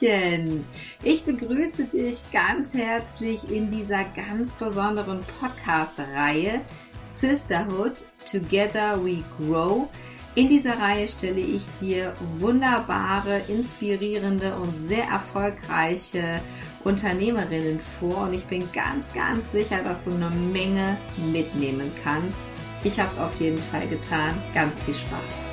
Hallöchen! Ich begrüße dich ganz herzlich in dieser ganz besonderen Podcast-Reihe Sisterhood, Together We Grow. In dieser Reihe stelle ich dir wunderbare, inspirierende und sehr erfolgreiche Unternehmerinnen vor und ich bin ganz sicher, dass du eine Menge mitnehmen kannst. Ich habe es auf jeden Fall getan. Ganz viel Spaß!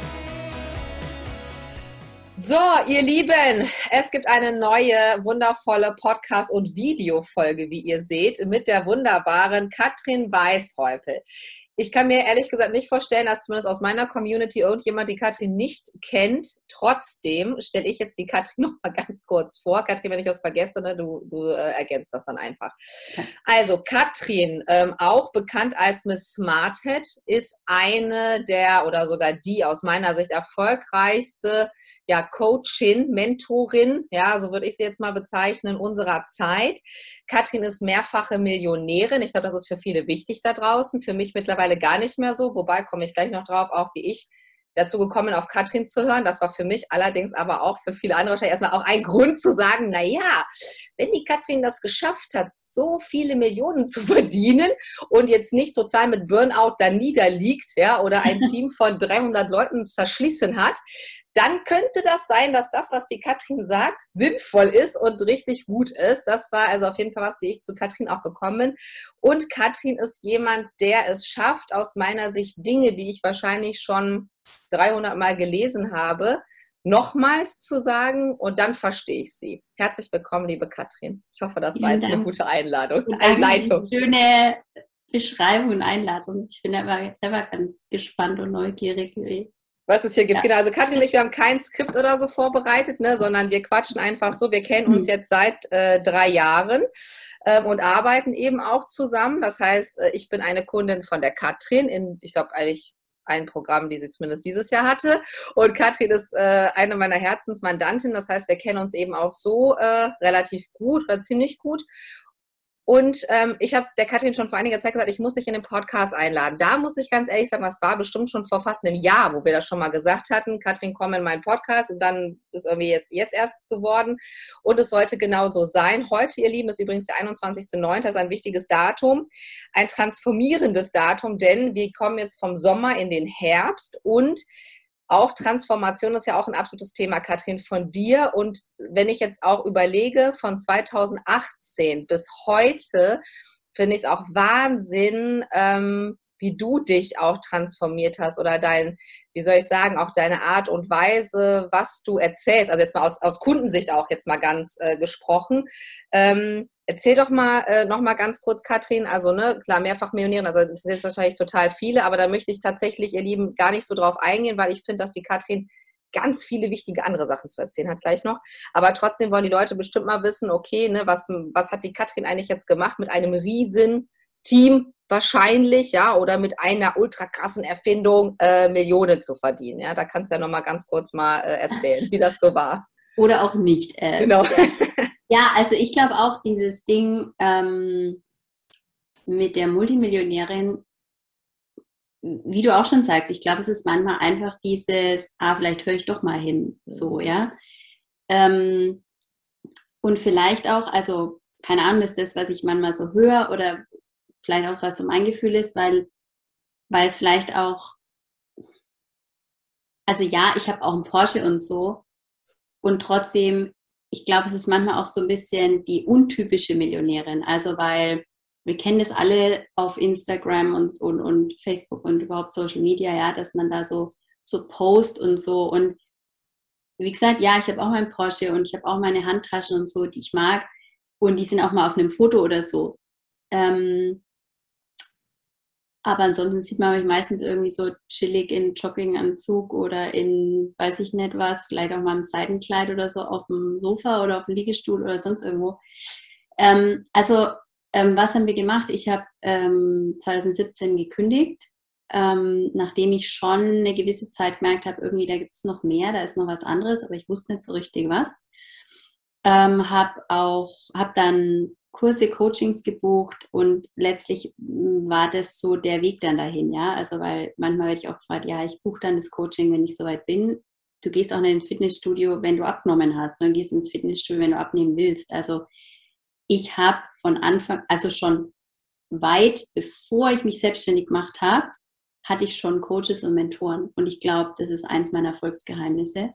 So, ihr Lieben, es gibt eine neue, wundervolle Podcast- und Videofolge, wie ihr seht, mit der wunderbaren Katrin Weishäupel. Ich kann mir ehrlich gesagt nicht vorstellen, dass zumindest aus meiner Community irgendjemand die Katrin nicht kennt. Trotzdem stelle ich jetzt die Katrin noch mal ganz kurz vor. Katrin, wenn ich was vergesse, ne, du ergänzt das dann einfach. Also Katrin, auch bekannt als Miss Smarthead, ist eine der oder sogar die aus meiner Sicht erfolgreichste Coachin, Mentorin, so würde ich sie jetzt mal bezeichnen, unserer Zeit. Katrin ist mehrfache Millionärin. Ich glaube, das ist für viele wichtig da draußen. Für mich mittlerweile gar nicht mehr so. Wobei, komme ich gleich noch drauf, auch wie ich dazu gekommen bin, auf Katrin zu hören. Das war für mich allerdings aber auch für viele andere wahrscheinlich erstmal auch ein Grund zu sagen, naja, wenn die Katrin das geschafft hat, so viele Millionen zu verdienen und jetzt nicht total mit Burnout da niederliegt, oder ein Team von 300 Leuten zerschließen hat, dann könnte das sein, dass das, was die Katrin sagt, sinnvoll ist und richtig gut ist. Das war also auf jeden Fall was, wie ich zu Katrin auch gekommen bin. Und Katrin ist jemand, der es schafft, aus meiner Sicht Dinge, die ich wahrscheinlich schon 300 Mal gelesen habe, nochmals zu sagen und dann verstehe ich sie. Herzlich willkommen, liebe Katrin. Ich hoffe, das war jetzt eine gute Einleitung. Einleitung. Schöne Beschreibung und Einladung. Ich bin aber jetzt selber ganz gespannt und neugierig. Was es hier gibt. Ja. Genau, also Katrin und ich, wir haben kein Skript oder so vorbereitet, sondern wir quatschen einfach so. Wir kennen uns jetzt seit 3 Jahren und arbeiten eben auch zusammen. Das heißt, ich bin eine Kundin von der Katrin in, ich glaube, eigentlich ein Programm, die sie zumindest dieses Jahr hatte. Und Katrin ist eine meiner Herzensmandantinnen. Das heißt, wir kennen uns eben auch so relativ gut oder ziemlich gut. Und ich habe der Katrin schon vor einiger Zeit gesagt, ich muss dich in den Podcast einladen. Da muss ich ganz ehrlich sagen, das war bestimmt schon vor fast einem Jahr, wo wir das schon mal gesagt hatten. Katrin, komm in meinen Podcast und dann ist irgendwie jetzt erst geworden. Und es sollte genau so sein. Heute, ihr Lieben, ist übrigens der 21.09., das ist ein wichtiges Datum, ein transformierendes Datum, denn wir kommen jetzt vom Sommer in den Herbst und auch Transformation ist ja auch ein absolutes Thema, Katrin, von dir. Und wenn ich jetzt auch überlege, von 2018 bis heute, finde ich es auch Wahnsinn, wie du dich auch transformiert hast oder auch deine Art und Weise, was du erzählst. Also jetzt mal aus Kundensicht auch jetzt mal ganz gesprochen. Erzähl doch mal noch mal ganz kurz, Katrin, also klar, mehrfach Millionärin, also das sind jetzt wahrscheinlich total viele, aber da möchte ich tatsächlich, ihr Lieben, gar nicht so drauf eingehen, weil ich finde, dass die Katrin ganz viele wichtige andere Sachen zu erzählen hat gleich noch. Aber trotzdem wollen die Leute bestimmt mal wissen, okay, was hat die Katrin eigentlich jetzt gemacht mit einem riesen Team wahrscheinlich, oder mit einer ultra krassen Erfindung Millionen zu verdienen. Ja, da kannst du ja noch mal ganz kurz mal erzählen, wie das so war. Oder auch nicht. Genau. Ja, also ich glaube auch, dieses Ding mit der Multimillionärin, wie du auch schon sagst, ich glaube, es ist manchmal einfach dieses, vielleicht höre ich doch mal hin, so, ja. Und vielleicht auch, also keine Ahnung, ist das, was ich manchmal so höre oder vielleicht auch, was so mein Gefühl ist, weil es vielleicht auch, also ja, ich habe auch einen Porsche und so und trotzdem, ich glaube, es ist manchmal auch so ein bisschen die untypische Millionärin, also weil wir kennen das alle auf Instagram und Facebook und überhaupt Social Media, dass man da so post und so und wie gesagt, ja, ich habe auch meinen Porsche und ich habe auch meine Handtaschen und so, die ich mag und die sind auch mal auf einem Foto oder so. Aber ansonsten sieht man mich meistens irgendwie so chillig in Jogginganzug oder in, weiß ich nicht was, vielleicht auch mal im Seidenkleid oder so auf dem Sofa oder auf dem Liegestuhl oder sonst irgendwo. Was haben wir gemacht? Ich habe 2017 gekündigt, nachdem ich schon eine gewisse Zeit gemerkt habe, irgendwie da gibt es noch mehr, da ist noch was anderes, aber ich wusste nicht so richtig was. Hab dann Kurse, Coachings gebucht und letztlich war das so der Weg dann dahin, ja, also weil manchmal werde ich auch gefragt, ja, ich buche dann das Coaching, wenn ich soweit bin, du gehst auch nicht ins Fitnessstudio, wenn du abgenommen hast, sondern gehst ins Fitnessstudio, wenn du abnehmen willst. Also ich habe von Anfang, also schon weit bevor ich mich selbstständig gemacht habe, hatte ich schon Coaches und Mentoren. Und ich glaube, das ist eins meiner Erfolgsgeheimnisse.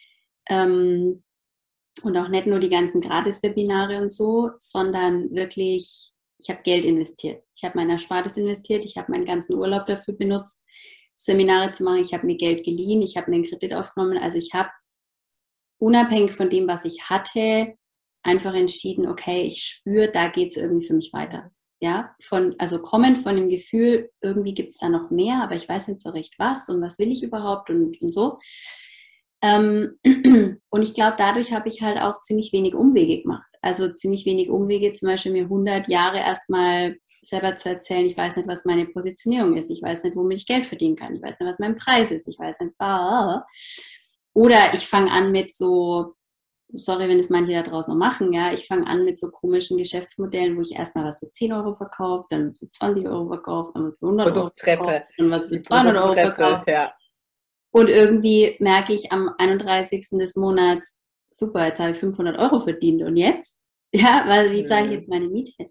Und auch nicht nur die ganzen Gratis-Webinare und so, sondern wirklich, ich habe Geld investiert. Ich habe mein Erspartes investiert, ich habe meinen ganzen Urlaub dafür benutzt, Seminare zu machen, ich habe mir Geld geliehen, ich habe mir einen Kredit aufgenommen. Also ich habe unabhängig von dem, was ich hatte, einfach entschieden, okay, ich spüre, da geht es irgendwie für mich weiter. Ja, also kommend von dem Gefühl, irgendwie gibt es da noch mehr, aber ich weiß nicht so recht was und was will ich überhaupt und so. Und ich glaube, dadurch habe ich halt auch ziemlich wenig Umwege gemacht. Also ziemlich wenig Umwege, zum Beispiel mir 100 Jahre erstmal selber zu erzählen, ich weiß nicht, was meine Positionierung ist, ich weiß nicht, womit ich Geld verdienen kann, ich weiß nicht, was mein Preis ist, ich weiß nicht, oder ich fange an mit so, sorry, wenn es manche da draußen noch machen, ja, ich fange an mit so komischen Geschäftsmodellen, wo ich erstmal was für 10 Euro verkaufe, dann für 20 Euro verkaufe, dann für 100 Euro verkaufe, dann was für 200 Euro verkaufe. Ja. Und irgendwie merke ich am 31. des Monats, super, jetzt habe ich 500 Euro verdient. Und jetzt? Ja, weil wie zahle ich jetzt meine Miete?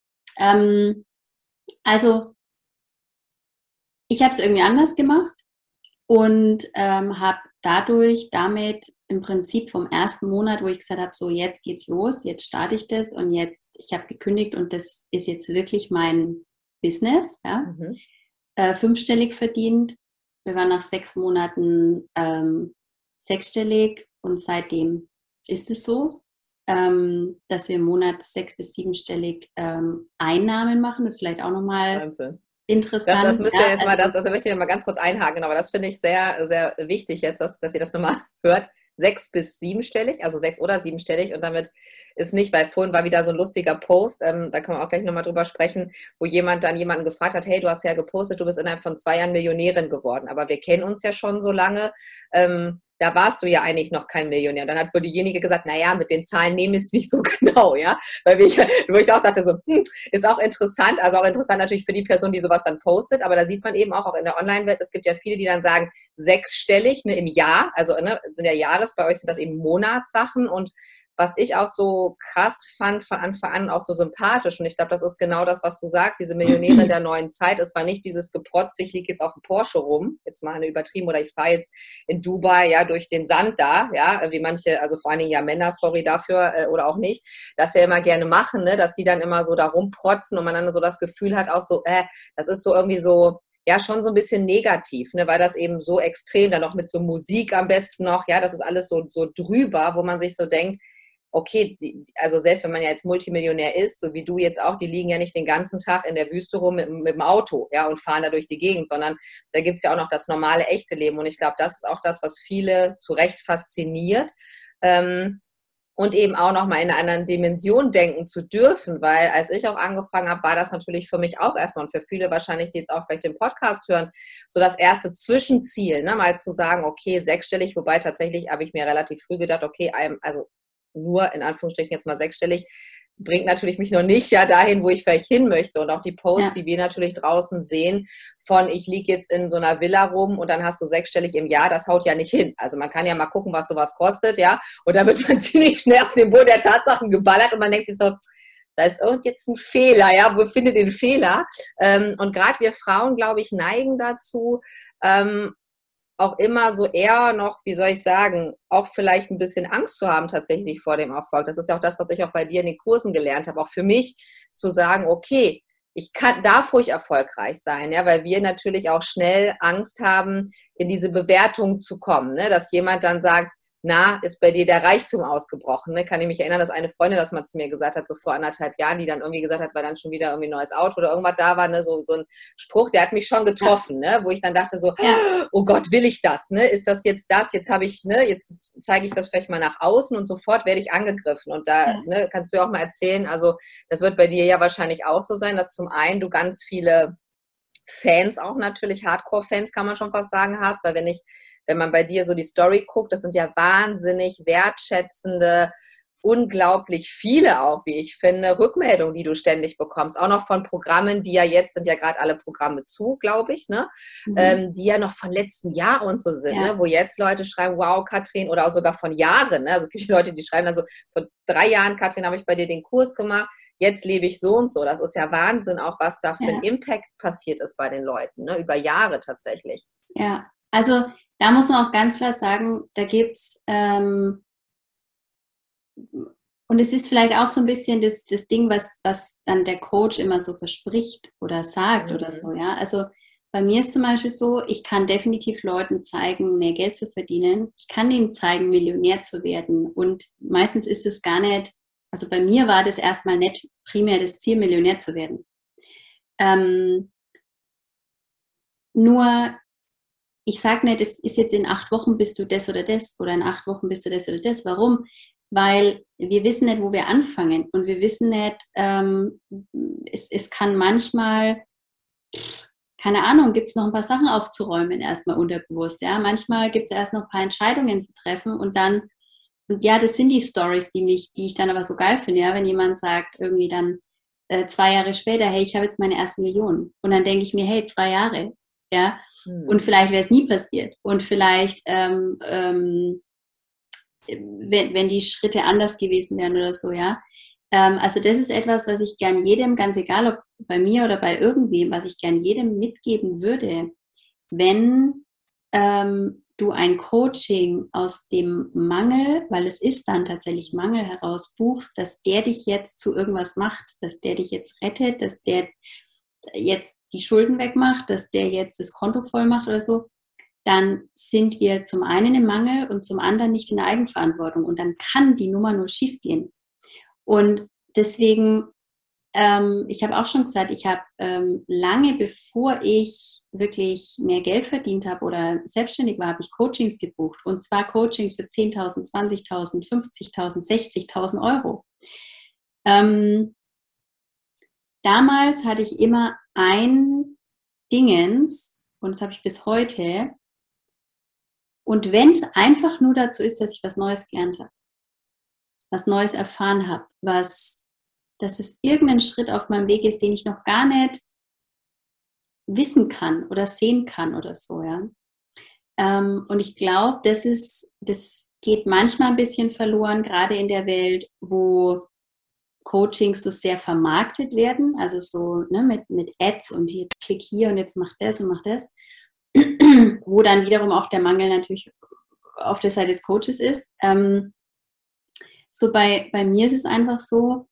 Also, ich habe es irgendwie anders gemacht und habe damit im Prinzip vom ersten Monat, wo ich gesagt habe, so jetzt geht's los, jetzt starte ich das und jetzt, ich habe gekündigt und das ist jetzt wirklich mein Business, ja, 5-stellig verdient. Wir waren nach 6 Monaten 6-stellig und seitdem ist es so, dass wir im Monat 6- bis 7-stellig Einnahmen machen. Das ist vielleicht auch nochmal interessant. Das müsst ihr jetzt mal, das möchte ich mal ganz kurz einhaken, aber das finde ich sehr, sehr wichtig jetzt, dass ihr das nochmal hört. 6- bis 7-stellig, also 6- oder 7-stellig und damit ist nicht, weil vorhin war wieder so ein lustiger Post, da können wir auch gleich nochmal drüber sprechen, wo jemand dann jemanden gefragt hat, hey, du hast ja gepostet, du bist innerhalb von 2 Jahren Millionärin geworden, aber wir kennen uns ja schon so lange, da warst du ja eigentlich noch kein Millionär. Und dann hat wohl diejenige gesagt, naja, mit den Zahlen nehme ich es nicht so genau, ja. Wo ich auch dachte, so, ist auch interessant, also auch interessant natürlich für die Person, die sowas dann postet, aber da sieht man eben auch in der Online-Welt, es gibt ja viele, die dann sagen, 6-stellig, ne, im Jahr, also ne, sind ja bei euch sind das eben Monatssachen und was ich auch so krass fand, von Anfang an auch so sympathisch und ich glaube, das ist genau das, was du sagst, diese Millionäre der neuen Zeit, es war nicht dieses Geprotz, ich liege jetzt auf dem Porsche rum, jetzt mal eine übertrieben, oder ich fahre jetzt in Dubai, ja, durch den Sand da, ja, wie manche, also vor allen Dingen ja Männer, sorry dafür, oder auch nicht, dass ja immer gerne machen, ne, dass die dann immer so da rumprotzen und man dann so das Gefühl hat, auch so, das ist so irgendwie so, ja, schon so ein bisschen negativ, ne, weil das eben so extrem, dann noch mit so Musik am besten noch, ja, das ist alles so drüber, wo man sich so denkt, okay, also selbst wenn man ja jetzt Multimillionär ist, so wie du jetzt auch, die liegen ja nicht den ganzen Tag in der Wüste rum mit dem Auto, ja, und fahren da durch die Gegend, sondern da gibt es ja auch noch das normale, echte Leben. Und ich glaube, das ist auch das, was viele zu Recht fasziniert. Und eben auch nochmal in einer anderen Dimension denken zu dürfen, weil als ich auch angefangen habe, war das natürlich für mich auch erstmal und für viele wahrscheinlich, die jetzt auch vielleicht den Podcast hören, so das erste Zwischenziel, ne, mal zu sagen, okay, 6-stellig, wobei tatsächlich habe ich mir relativ früh gedacht, okay, also nur in Anführungsstrichen jetzt mal 6-stellig, bringt natürlich mich noch nicht ja dahin, wo ich vielleicht hin möchte. Und auch die Posts, die wir natürlich draußen sehen, von ich liege jetzt in so einer Villa rum und dann hast du 6-stellig im Jahr, das haut ja nicht hin. Also man kann ja mal gucken, was sowas kostet, ja. Und da wird man ziemlich schnell auf den Boden der Tatsachen geballert und man denkt sich so, da ist jetzt ein Fehler, ja, wo findet den Fehler? Und gerade wir Frauen, glaube ich, neigen dazu, auch immer so eher noch, wie soll ich sagen, auch vielleicht ein bisschen Angst zu haben tatsächlich vor dem Erfolg. Das ist ja auch das, was ich auch bei dir in den Kursen gelernt habe, auch für mich zu sagen, okay, darf ruhig erfolgreich sein, ja, weil wir natürlich auch schnell Angst haben, in diese Bewertung zu kommen, ne? Dass jemand dann sagt, na, ist bei dir der Reichtum ausgebrochen, ne? Kann ich mich erinnern, dass eine Freundin das mal zu mir gesagt hat, so vor 1,5 Jahren, die dann irgendwie gesagt hat, weil dann schon wieder irgendwie ein neues Auto oder irgendwas da war, ne? So ein Spruch, der hat mich schon getroffen, ne? Wo ich dann dachte so, oh Gott, will ich das, ne? Ist das? Jetzt habe ich, ne? Jetzt zeige ich das vielleicht mal nach außen und sofort werde ich angegriffen und da, ne, kannst du ja auch mal erzählen, also das wird bei dir ja wahrscheinlich auch so sein, dass zum einen du ganz viele Fans auch natürlich, Hardcore-Fans kann man schon fast sagen, hast, weil wenn man bei dir so die Story guckt, das sind ja wahnsinnig wertschätzende, unglaublich viele auch, wie ich finde, Rückmeldungen, die du ständig bekommst. Auch noch von Programmen, die ja jetzt, sind ja gerade alle Programme zu, glaube ich, ne? Die ja noch von letzten Jahr und so sind, ne? Wo jetzt Leute schreiben, wow, Katrin, oder auch sogar von Jahren. Ne? Also es gibt Leute, die schreiben dann so, vor 3 Jahren, Katrin, habe ich bei dir den Kurs gemacht, jetzt lebe ich so und so. Das ist ja Wahnsinn, auch was da für ein Impact passiert ist bei den Leuten, ne? Über Jahre tatsächlich. Ja, also da muss man auch ganz klar sagen, da gibt es, und es ist vielleicht auch so ein bisschen das Ding, was dann der Coach immer so verspricht oder sagt oder so, ja. Also bei mir ist zum Beispiel so, ich kann definitiv Leuten zeigen, mehr Geld zu verdienen. Ich kann ihnen zeigen, Millionär zu werden. Und meistens ist es gar nicht, also bei mir war das erstmal nicht primär das Ziel, Millionär zu werden. Nur, ich sage nicht, es ist jetzt in 8 Wochen bist du das oder das oder in 8 Wochen bist du das oder das. Warum? Weil wir wissen nicht, wo wir anfangen und wir wissen nicht, es kann manchmal, keine Ahnung, gibt es noch ein paar Sachen aufzuräumen erstmal unterbewusst, ja. Manchmal gibt es erst noch ein paar Entscheidungen zu treffen und dann, und ja, das sind die Stories, die ich dann aber so geil finde, ja, wenn jemand sagt irgendwie dann 2 Jahre später, hey, ich habe jetzt meine erste Million und dann denke ich mir, hey, 2 Jahre, ja, und vielleicht wäre es nie passiert und vielleicht wenn die Schritte anders gewesen wären oder so, ja. Also das ist etwas, was ich gern jedem, ganz egal ob bei mir oder bei irgendwem, was ich gern jedem mitgeben würde, wenn du ein Coaching aus dem Mangel, weil es ist dann tatsächlich Mangel, heraus buchst, dass der dich jetzt zu irgendwas macht, dass der dich jetzt rettet, dass der jetzt die Schulden wegmacht, dass der jetzt das Konto voll macht oder so, dann sind wir zum einen im Mangel und zum anderen nicht in der Eigenverantwortung. Und dann kann die Nummer nur schief gehen. Und deswegen, ich habe auch schon gesagt, ich habe lange bevor ich wirklich mehr Geld verdient habe oder selbstständig war, habe ich Coachings gebucht. Und zwar Coachings für 10.000, 20.000, 50.000, 60.000 Euro. Damals hatte ich immer ein Dingens, und das habe ich bis heute. Und wenn es einfach nur dazu ist, dass ich was Neues gelernt habe, was Neues erfahren habe, dass es irgendein Schritt auf meinem Weg ist, den ich noch gar nicht wissen kann oder sehen kann oder so, ja. Und ich glaube, das geht manchmal ein bisschen verloren, gerade in der Welt, wo Coachings so sehr vermarktet werden, also so, ne, mit Ads und jetzt klick hier und jetzt mach das und mach das, wo dann wiederum auch der Mangel natürlich auf der Seite des Coaches ist. So bei mir ist es einfach so,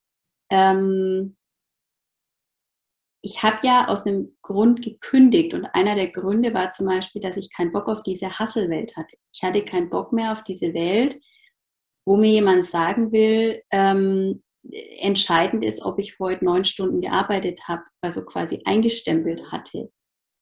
ich habe ja aus einem Grund gekündigt und einer der Gründe war zum Beispiel, dass ich keinen Bock auf diese Hustle-Welt hatte. Ich hatte keinen Bock mehr auf diese Welt, wo mir jemand sagen will, entscheidend ist, ob ich heute 9 Stunden gearbeitet habe, also quasi eingestempelt hatte.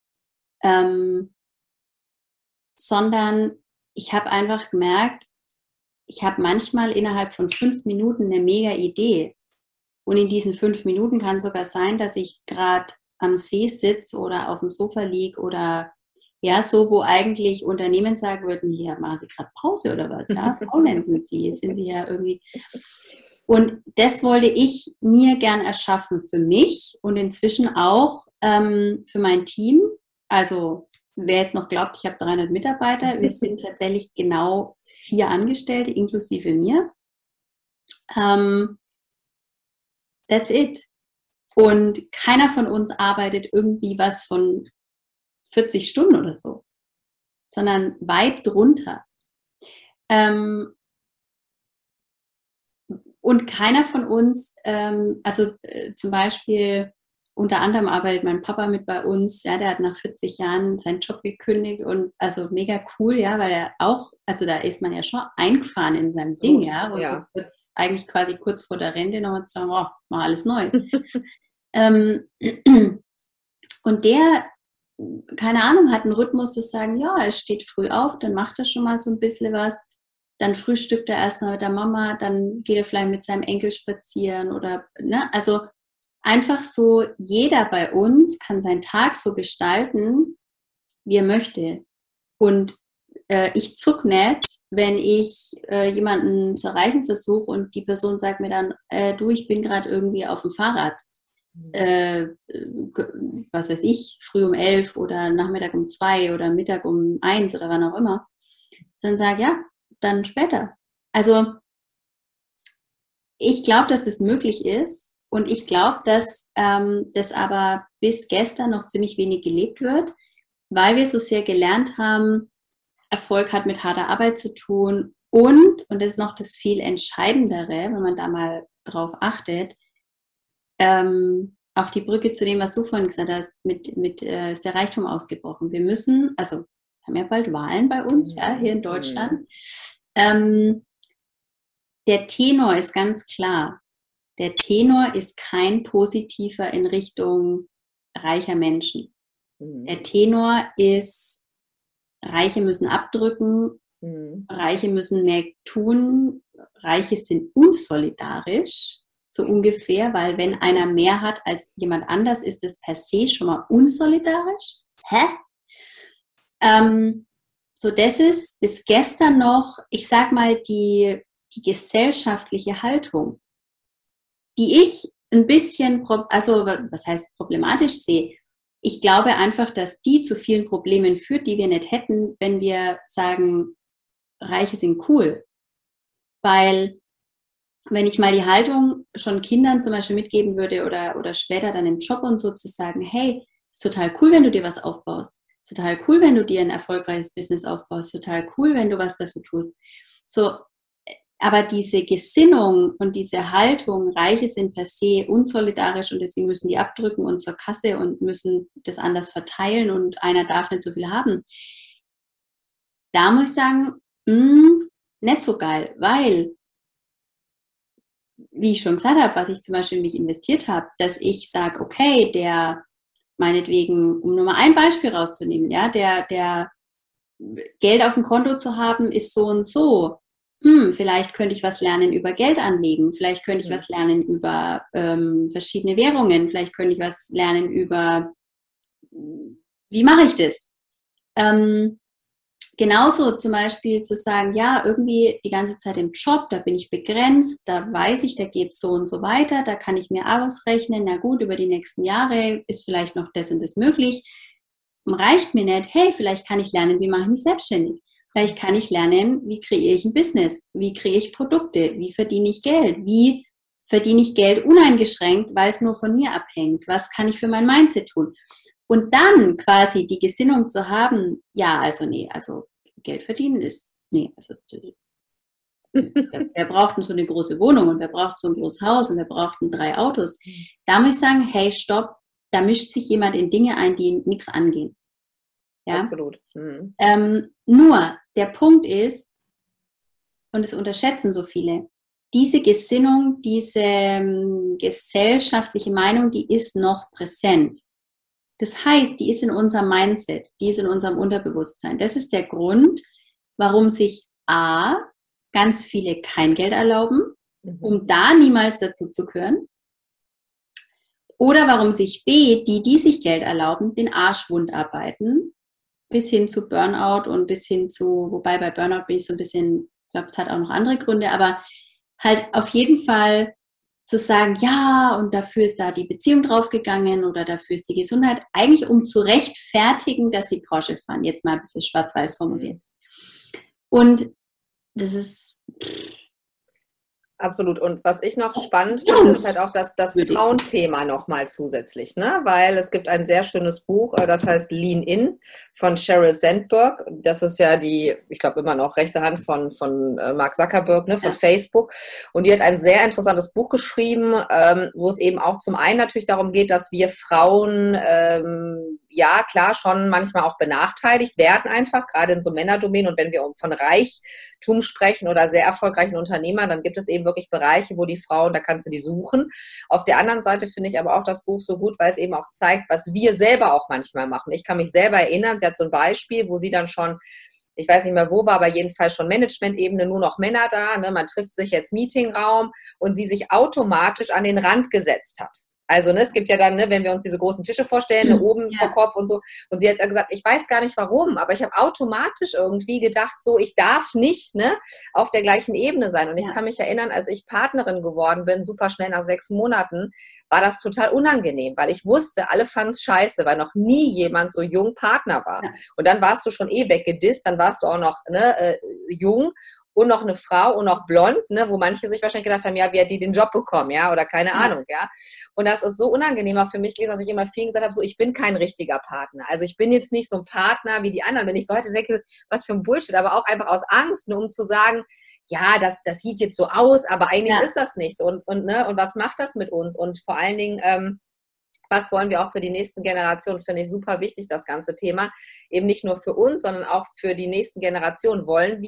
Sondern ich habe einfach gemerkt, ich habe manchmal innerhalb von 5 Minuten eine mega Idee. Und in diesen 5 Minuten kann sogar sein, dass ich gerade am See sitze oder auf dem Sofa liege oder ja, so, wo eigentlich Unternehmen sagen würden, hier, machen Sie gerade Pause oder was, ja, faulenzen Sie, sind Sie ja irgendwie. Und das wollte ich mir gern erschaffen für mich und inzwischen auch für mein Team. Also wer jetzt noch glaubt, ich habe 300 Mitarbeiter, wir sind tatsächlich genau 4 Angestellte, inklusive mir. That's it. Und keiner von uns arbeitet irgendwie was von 40 Stunden oder so, sondern weit drunter. Und keiner von uns, zum Beispiel, unter anderem arbeitet mein Papa mit bei uns, ja, der hat nach 40 Jahren seinen Job gekündigt und also mega cool, ja, weil er auch, also da ist man ja schon eingefahren in seinem Ding, ja, und ja. So eigentlich quasi kurz vor der Rente nochmal zu sagen, oh, mal alles neu. Und der, keine Ahnung, hat einen Rhythmus zu sagen, ja, er steht früh auf, dann macht er schon mal so ein bisschen was, dann frühstückt er erst mal mit der Mama, dann geht er vielleicht mit seinem Enkel spazieren oder, ne, also einfach so, jeder bei uns kann seinen Tag so gestalten, wie er möchte. Und ich zuck nicht, wenn ich jemanden zu erreichen versuche und die Person sagt mir dann, du, ich bin gerade irgendwie auf dem Fahrrad, was weiß ich, früh um 11 oder Nachmittag um 2 oder Mittag um 1 oder wann auch immer, dann sage ja, dann später. Also ich glaube, dass das möglich ist und ich glaube, dass das aber bis gestern noch ziemlich wenig gelebt wird, weil wir so sehr gelernt haben, Erfolg hat mit harter Arbeit zu tun und das ist noch das viel Entscheidendere, wenn man da mal drauf achtet, auch die Brücke zu dem, was du vorhin gesagt hast, mit ist der Reichtum ausgebrochen. Wir müssen, also wir haben ja bald Wahlen bei uns, ja, hier in Deutschland. Der Tenor ist ganz klar. Der Tenor ist kein positiver in Richtung reicher Menschen. Der Tenor ist, Reiche müssen abdrücken, Reiche müssen mehr tun, Reiche sind unsolidarisch, so ungefähr, weil wenn einer mehr hat als jemand anders, ist es per se schon mal unsolidarisch. Hä? So, das ist bis gestern noch, ich sag mal, die gesellschaftliche Haltung, die ich ein bisschen, also was heißt problematisch sehe. Ich glaube einfach, dass die zu vielen Problemen führt, die wir nicht hätten, wenn wir sagen, Reiche sind cool. Weil wenn ich mal die Haltung schon Kindern zum Beispiel mitgeben würde oder später dann im Job und so zu sagen, hey, ist total cool, wenn du dir was aufbaust. Total cool, wenn du dir ein erfolgreiches Business aufbaust. Total cool, wenn du was dafür tust. So, aber diese Gesinnung und diese Haltung, Reiche sind per se unsolidarisch und deswegen müssen die abdrücken und zur Kasse und müssen das anders verteilen und einer darf nicht so viel haben. Da muss ich sagen, nicht so geil, weil, wie ich schon gesagt habe, was ich zum Beispiel in mich investiert habe, dass ich sage, okay, der meinetwegen, um nur mal ein Beispiel rauszunehmen, ja, der Geld auf dem Konto zu haben, ist so und so. Vielleicht könnte ich was lernen über Geld anlegen, vielleicht könnte ich was lernen über verschiedene Währungen, vielleicht könnte ich was lernen über, wie mache ich das? Genauso zum Beispiel zu sagen, ja, irgendwie die ganze Zeit im Job, da bin ich begrenzt, da weiß ich, da geht es so und so weiter, da kann ich mir ausrechnen, na gut, über die nächsten Jahre ist vielleicht noch das und das möglich. Reicht mir nicht, hey, vielleicht kann ich lernen, wie mache ich mich selbstständig. Vielleicht kann ich lernen, wie kreiere ich ein Business, wie kreiere ich Produkte, wie verdiene ich Geld, wie verdiene ich Geld uneingeschränkt, weil es nur von mir abhängt, was kann ich für mein Mindset tun. Und dann quasi die Gesinnung zu haben, ja, also nee, also Geld verdienen ist, nee, also wer braucht denn so eine große Wohnung und wer braucht so ein großes Haus und wer braucht denn 3 Autos. Da muss ich sagen, hey, stopp, da mischt sich jemand in Dinge ein, die nichts angehen. Ja? Absolut. Nur, der Punkt ist, und es unterschätzen so viele, diese Gesinnung, diese gesellschaftliche Meinung, die ist noch präsent. Das heißt, die ist in unserem Mindset, die ist in unserem Unterbewusstsein. Das ist der Grund, warum sich A, ganz viele kein Geld erlauben, um da niemals dazu zu gehören. Oder warum sich B, die sich Geld erlauben, den Arsch wund arbeiten, bis hin zu Burnout und bis hin zu, wobei bei Burnout bin ich so ein bisschen, ich glaube, es hat auch noch andere Gründe, aber halt auf jeden Fall zu sagen, ja, und dafür ist da die Beziehung draufgegangen oder dafür ist die Gesundheit, eigentlich um zu rechtfertigen, dass sie Porsche fahren. Jetzt mal ein bisschen schwarz-weiß formuliert. Und das ist... Absolut. Und was ich noch spannend finde, ist halt auch das Frauenthema nochmal zusätzlich, ne? Weil es gibt ein sehr schönes Buch, das heißt Lean In von Sheryl Sandberg. Das ist ja die, ich glaube immer noch rechte Hand von Mark Zuckerberg, ne, von Facebook. Und die hat ein sehr interessantes Buch geschrieben, wo es eben auch zum einen natürlich darum geht, dass wir Frauen, ja klar, schon manchmal auch benachteiligt werden einfach, gerade in so Männerdomänen. Und wenn wir von Reichtum sprechen oder sehr erfolgreichen Unternehmern, dann gibt es eben wirklich Bereiche, wo die Frauen, da kannst du die suchen. Auf der anderen Seite finde ich aber auch das Buch so gut, weil es eben auch zeigt, was wir selber auch manchmal machen. Ich kann mich selber erinnern, sie hat so ein Beispiel, wo sie dann schon, ich weiß nicht mehr wo war, aber jedenfalls schon Management-Ebene, nur noch Männer da, ne? Man trifft sich jetzt Meetingraum und sie sich automatisch an den Rand gesetzt hat. Also, ne, es gibt ja dann, ne, wenn wir uns diese großen Tische vorstellen, ne, oben vor Kopf und so. Und sie hat gesagt, ich weiß gar nicht warum, aber ich habe automatisch irgendwie gedacht, so, ich darf nicht, ne, auf der gleichen Ebene sein. Und ich kann mich erinnern, als ich Partnerin geworden bin, super schnell nach 6 Monaten, war das total unangenehm, weil ich wusste, alle fanden es scheiße, weil noch nie jemand so jung Partner war. Ja. Und dann warst du schon weggedisst, dann warst du auch noch, ne, jung und noch eine Frau und noch blond, ne, wo manche sich wahrscheinlich gedacht haben, ja, wie hat die den Job bekommen, ja, oder keine Ahnung, ja. Und das ist so unangenehm auch für mich gewesen, dass ich immer vielen gesagt habe, so, ich bin kein richtiger Partner. Also ich bin jetzt nicht so ein Partner wie die anderen. Wenn ich so heute denke, was für ein Bullshit, aber auch einfach aus Angst, nur um zu sagen, ja, das sieht jetzt so aus, aber eigentlich ist das nicht so. Und was macht das mit uns? Und vor allen Dingen, was wollen wir auch für die nächsten Generationen, finde ich super wichtig, das ganze Thema. Eben nicht nur für uns, sondern auch für die nächsten Generationen wollen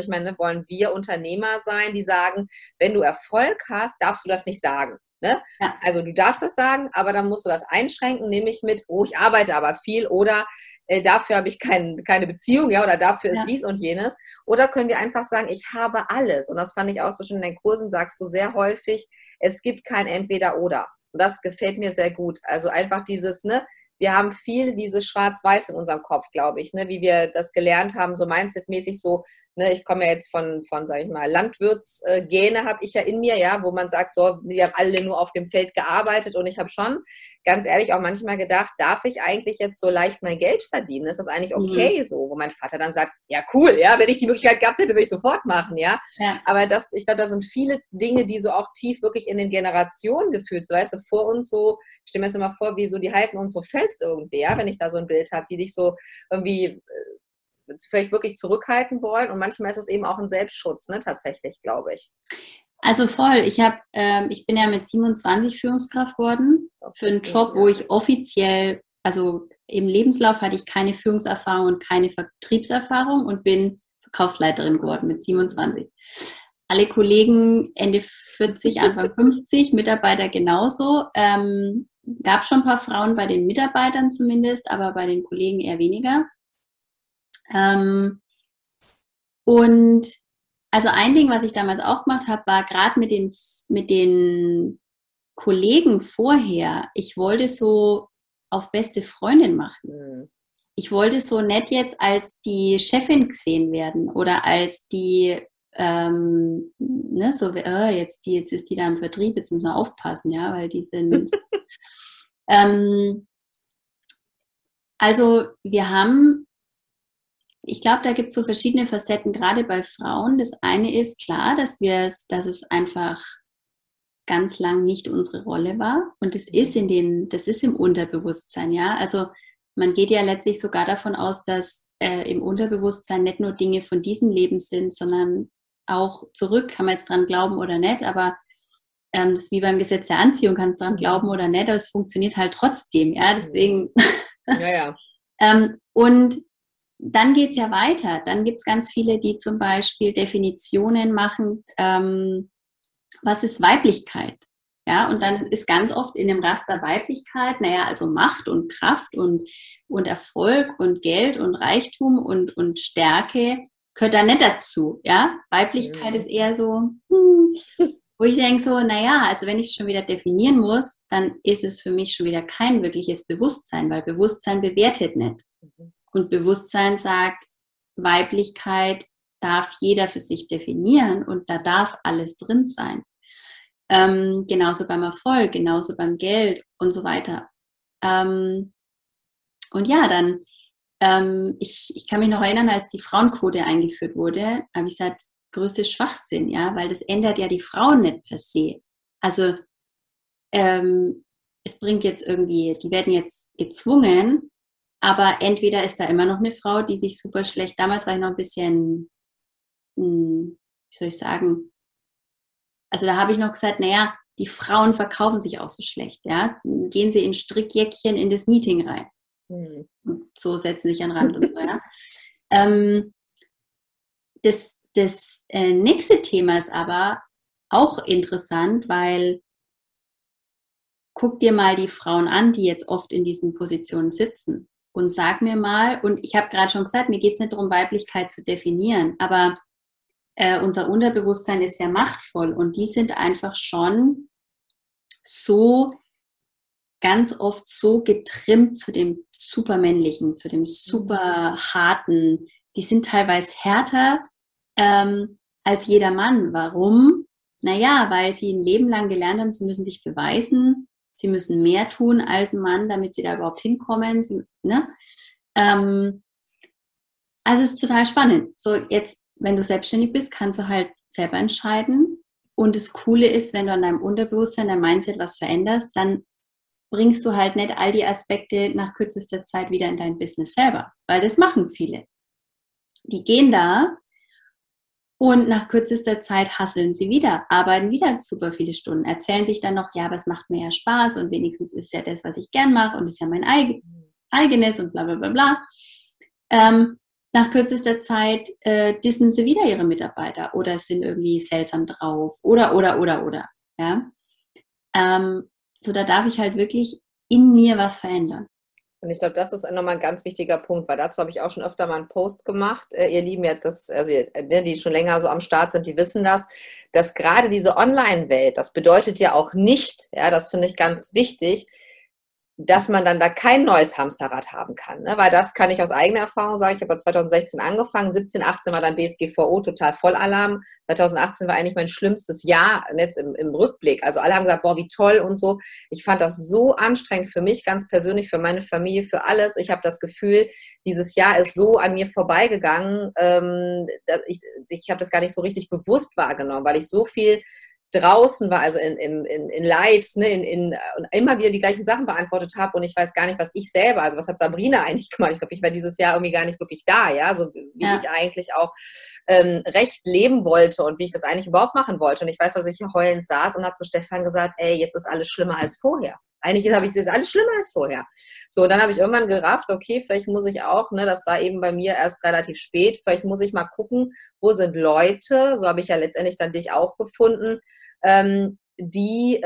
wir Unternehmer sein, die sagen, wenn du Erfolg hast, darfst du das nicht sagen. Ne? Ja. Also du darfst das sagen, aber dann musst du das einschränken, nämlich mit, oh, ich arbeite aber viel oder dafür habe ich keine Beziehung, ja, oder dafür ist dies und jenes. Oder können wir einfach sagen, ich habe alles. Und das fand ich auch so schön in den Kursen, sagst du sehr häufig, es gibt kein Entweder-Oder. Und das gefällt mir sehr gut. Also einfach dieses, ne, wir haben viel dieses Schwarz-Weiß in unserem Kopf, glaube ich, ne, wie wir das gelernt haben, so Mindset-mäßig so, ne, ich komme ja jetzt von sage ich mal, Landwirtsgene habe ich ja in mir, ja, wo man sagt, so, wir haben alle nur auf dem Feld gearbeitet und ich habe schon, ganz ehrlich, auch manchmal gedacht, darf ich eigentlich jetzt so leicht mein Geld verdienen? Ist das eigentlich okay so? Wo mein Vater dann sagt, ja, cool, ja, wenn ich die Möglichkeit gehabt hätte, würde ich sofort machen, ja. Aber ich glaube, da sind viele Dinge, die so auch tief wirklich in den Generationen gefühlt, so, weißt du, vor uns so, ich stelle mir das immer vor, wie so, die halten uns so fest irgendwie, ja, wenn ich da so ein Bild habe, die dich so irgendwie vielleicht wirklich zurückhalten wollen und manchmal ist es eben auch ein Selbstschutz, ne, tatsächlich, glaube ich. Also voll. Ich bin ja mit 27 Führungskraft geworden für einen Job, wo ich offiziell, also im Lebenslauf hatte ich keine Führungserfahrung und keine Vertriebserfahrung und bin Verkaufsleiterin geworden mit 27. Alle Kollegen Ende 40, Anfang 50, Mitarbeiter genauso. Gab schon ein paar Frauen bei den Mitarbeitern zumindest, aber bei den Kollegen eher weniger. Und also ein Ding, was ich damals auch gemacht habe, war gerade mit den Kollegen vorher, ich wollte so auf beste Freundin machen. Ich wollte so nicht jetzt als die Chefin gesehen werden oder als die, jetzt ist die da im Vertrieb, jetzt müssen wir aufpassen, ja, weil die sind... also wir haben... Ich glaube, da gibt es so verschiedene Facetten, gerade bei Frauen. Das eine ist klar, dass es einfach ganz lang nicht unsere Rolle war. Und das ist im Unterbewusstsein, ja. Also man geht ja letztlich sogar davon aus, dass im Unterbewusstsein nicht nur Dinge von diesem Leben sind, sondern auch zurück, kann man jetzt dran glauben oder nicht, aber das ist wie beim Gesetz der Anziehung, kannst du dran glauben oder nicht, aber es funktioniert halt trotzdem, ja. Deswegen. Ja. Und dann geht es ja weiter. Dann gibt es ganz viele, die zum Beispiel Definitionen machen, was ist Weiblichkeit? Ja, und dann ist ganz oft in dem Raster Weiblichkeit, also Macht und Kraft und Erfolg und Geld und Reichtum und Stärke gehört da nicht dazu. Ja, Weiblichkeit ist eher so, wo ich denke so, also wenn ich es schon wieder definieren muss, dann ist es für mich schon wieder kein wirkliches Bewusstsein, weil Bewusstsein bewertet nicht. Und Bewusstsein sagt, Weiblichkeit darf jeder für sich definieren und da darf alles drin sein. Genauso beim Erfolg, genauso beim Geld und so weiter. Und ja, dann, ich kann mich noch erinnern, als die Frauenquote eingeführt wurde, habe ich gesagt, größte Schwachsinn, ja, weil das ändert ja die Frauen nicht per se. Also es bringt jetzt irgendwie, die werden jetzt gezwungen, aber entweder ist da immer noch eine Frau, die sich super schlecht, damals war ich noch ein bisschen, wie soll ich sagen, also da habe ich noch gesagt, die Frauen verkaufen sich auch so schlecht, ja, gehen sie in Strickjäckchen in das Meeting rein. Und so setzen sich an den Rand und so, ja. Das nächste Thema ist aber auch interessant, weil guck dir mal die Frauen an, die jetzt oft in diesen Positionen sitzen. Und sag mir mal, und ich habe gerade schon gesagt, mir geht es nicht darum, Weiblichkeit zu definieren, aber unser Unterbewusstsein ist sehr machtvoll und die sind einfach schon so ganz oft so getrimmt zu dem Supermännlichen, zu dem super harten. Die sind teilweise härter als jeder Mann. Warum? Naja, weil sie ein Leben lang gelernt haben, sie müssen sich beweisen, sie müssen mehr tun als ein Mann, damit sie da überhaupt hinkommen. Ne? Also es ist total spannend. So jetzt, wenn du selbstständig bist, kannst du halt selber entscheiden. Und das Coole ist, wenn du an deinem Unterbewusstsein, deinem Mindset was veränderst, dann bringst du halt nicht all die Aspekte nach kürzester Zeit wieder in dein Business selber. Weil das machen viele. Die gehen da und nach kürzester Zeit hasseln sie wieder, arbeiten wieder super viele Stunden, erzählen sich dann noch, ja, aber es macht mir ja Spaß und wenigstens ist ja das, was ich gern mache und ist ja mein eigenes und bla bla bla bla. Nach kürzester Zeit dissen sie wieder ihre Mitarbeiter oder sind irgendwie seltsam drauf oder. Ja? So, da darf ich halt wirklich in mir was verändern. Und ich glaube, das ist nochmal ein ganz wichtiger Punkt, weil dazu habe ich auch schon öfter mal einen Post gemacht. Ihr Lieben, die schon länger so am Start sind, die wissen das, dass gerade diese Online-Welt, das bedeutet ja auch nicht, ja, das finde ich ganz wichtig, dass man dann da kein neues Hamsterrad haben kann. Ne? Weil das kann ich aus eigener Erfahrung sagen. Ich habe 2016 angefangen, 17, 18 war dann DSGVO, total Vollalarm. 2018 war eigentlich mein schlimmstes Jahr jetzt im Rückblick. Also alle haben gesagt, boah, wie toll und so. Ich fand das so anstrengend für mich, ganz persönlich, für meine Familie, für alles. Ich habe das Gefühl, dieses Jahr ist so an mir vorbeigegangen, dass ich habe das gar nicht so richtig bewusst wahrgenommen, weil ich so viel draußen war, also in Lives, ne, und immer wieder die gleichen Sachen beantwortet habe und ich weiß gar nicht, was ich selber, also was hat Sabrina eigentlich gemacht? Ich glaube, ich war dieses Jahr irgendwie gar nicht wirklich da, ja, so wie ich eigentlich auch recht leben wollte und wie ich das eigentlich überhaupt machen wollte. Und ich weiß, dass ich hier heulend saß und habe zu Stefan gesagt, ey, jetzt ist alles schlimmer als vorher. Eigentlich habe ich jetzt alles schlimmer als vorher. So, und dann habe ich irgendwann gerafft, okay, vielleicht muss ich auch, ne, das war eben bei mir erst relativ spät, vielleicht muss ich mal gucken, wo sind Leute, so habe ich ja letztendlich dann dich auch gefunden, die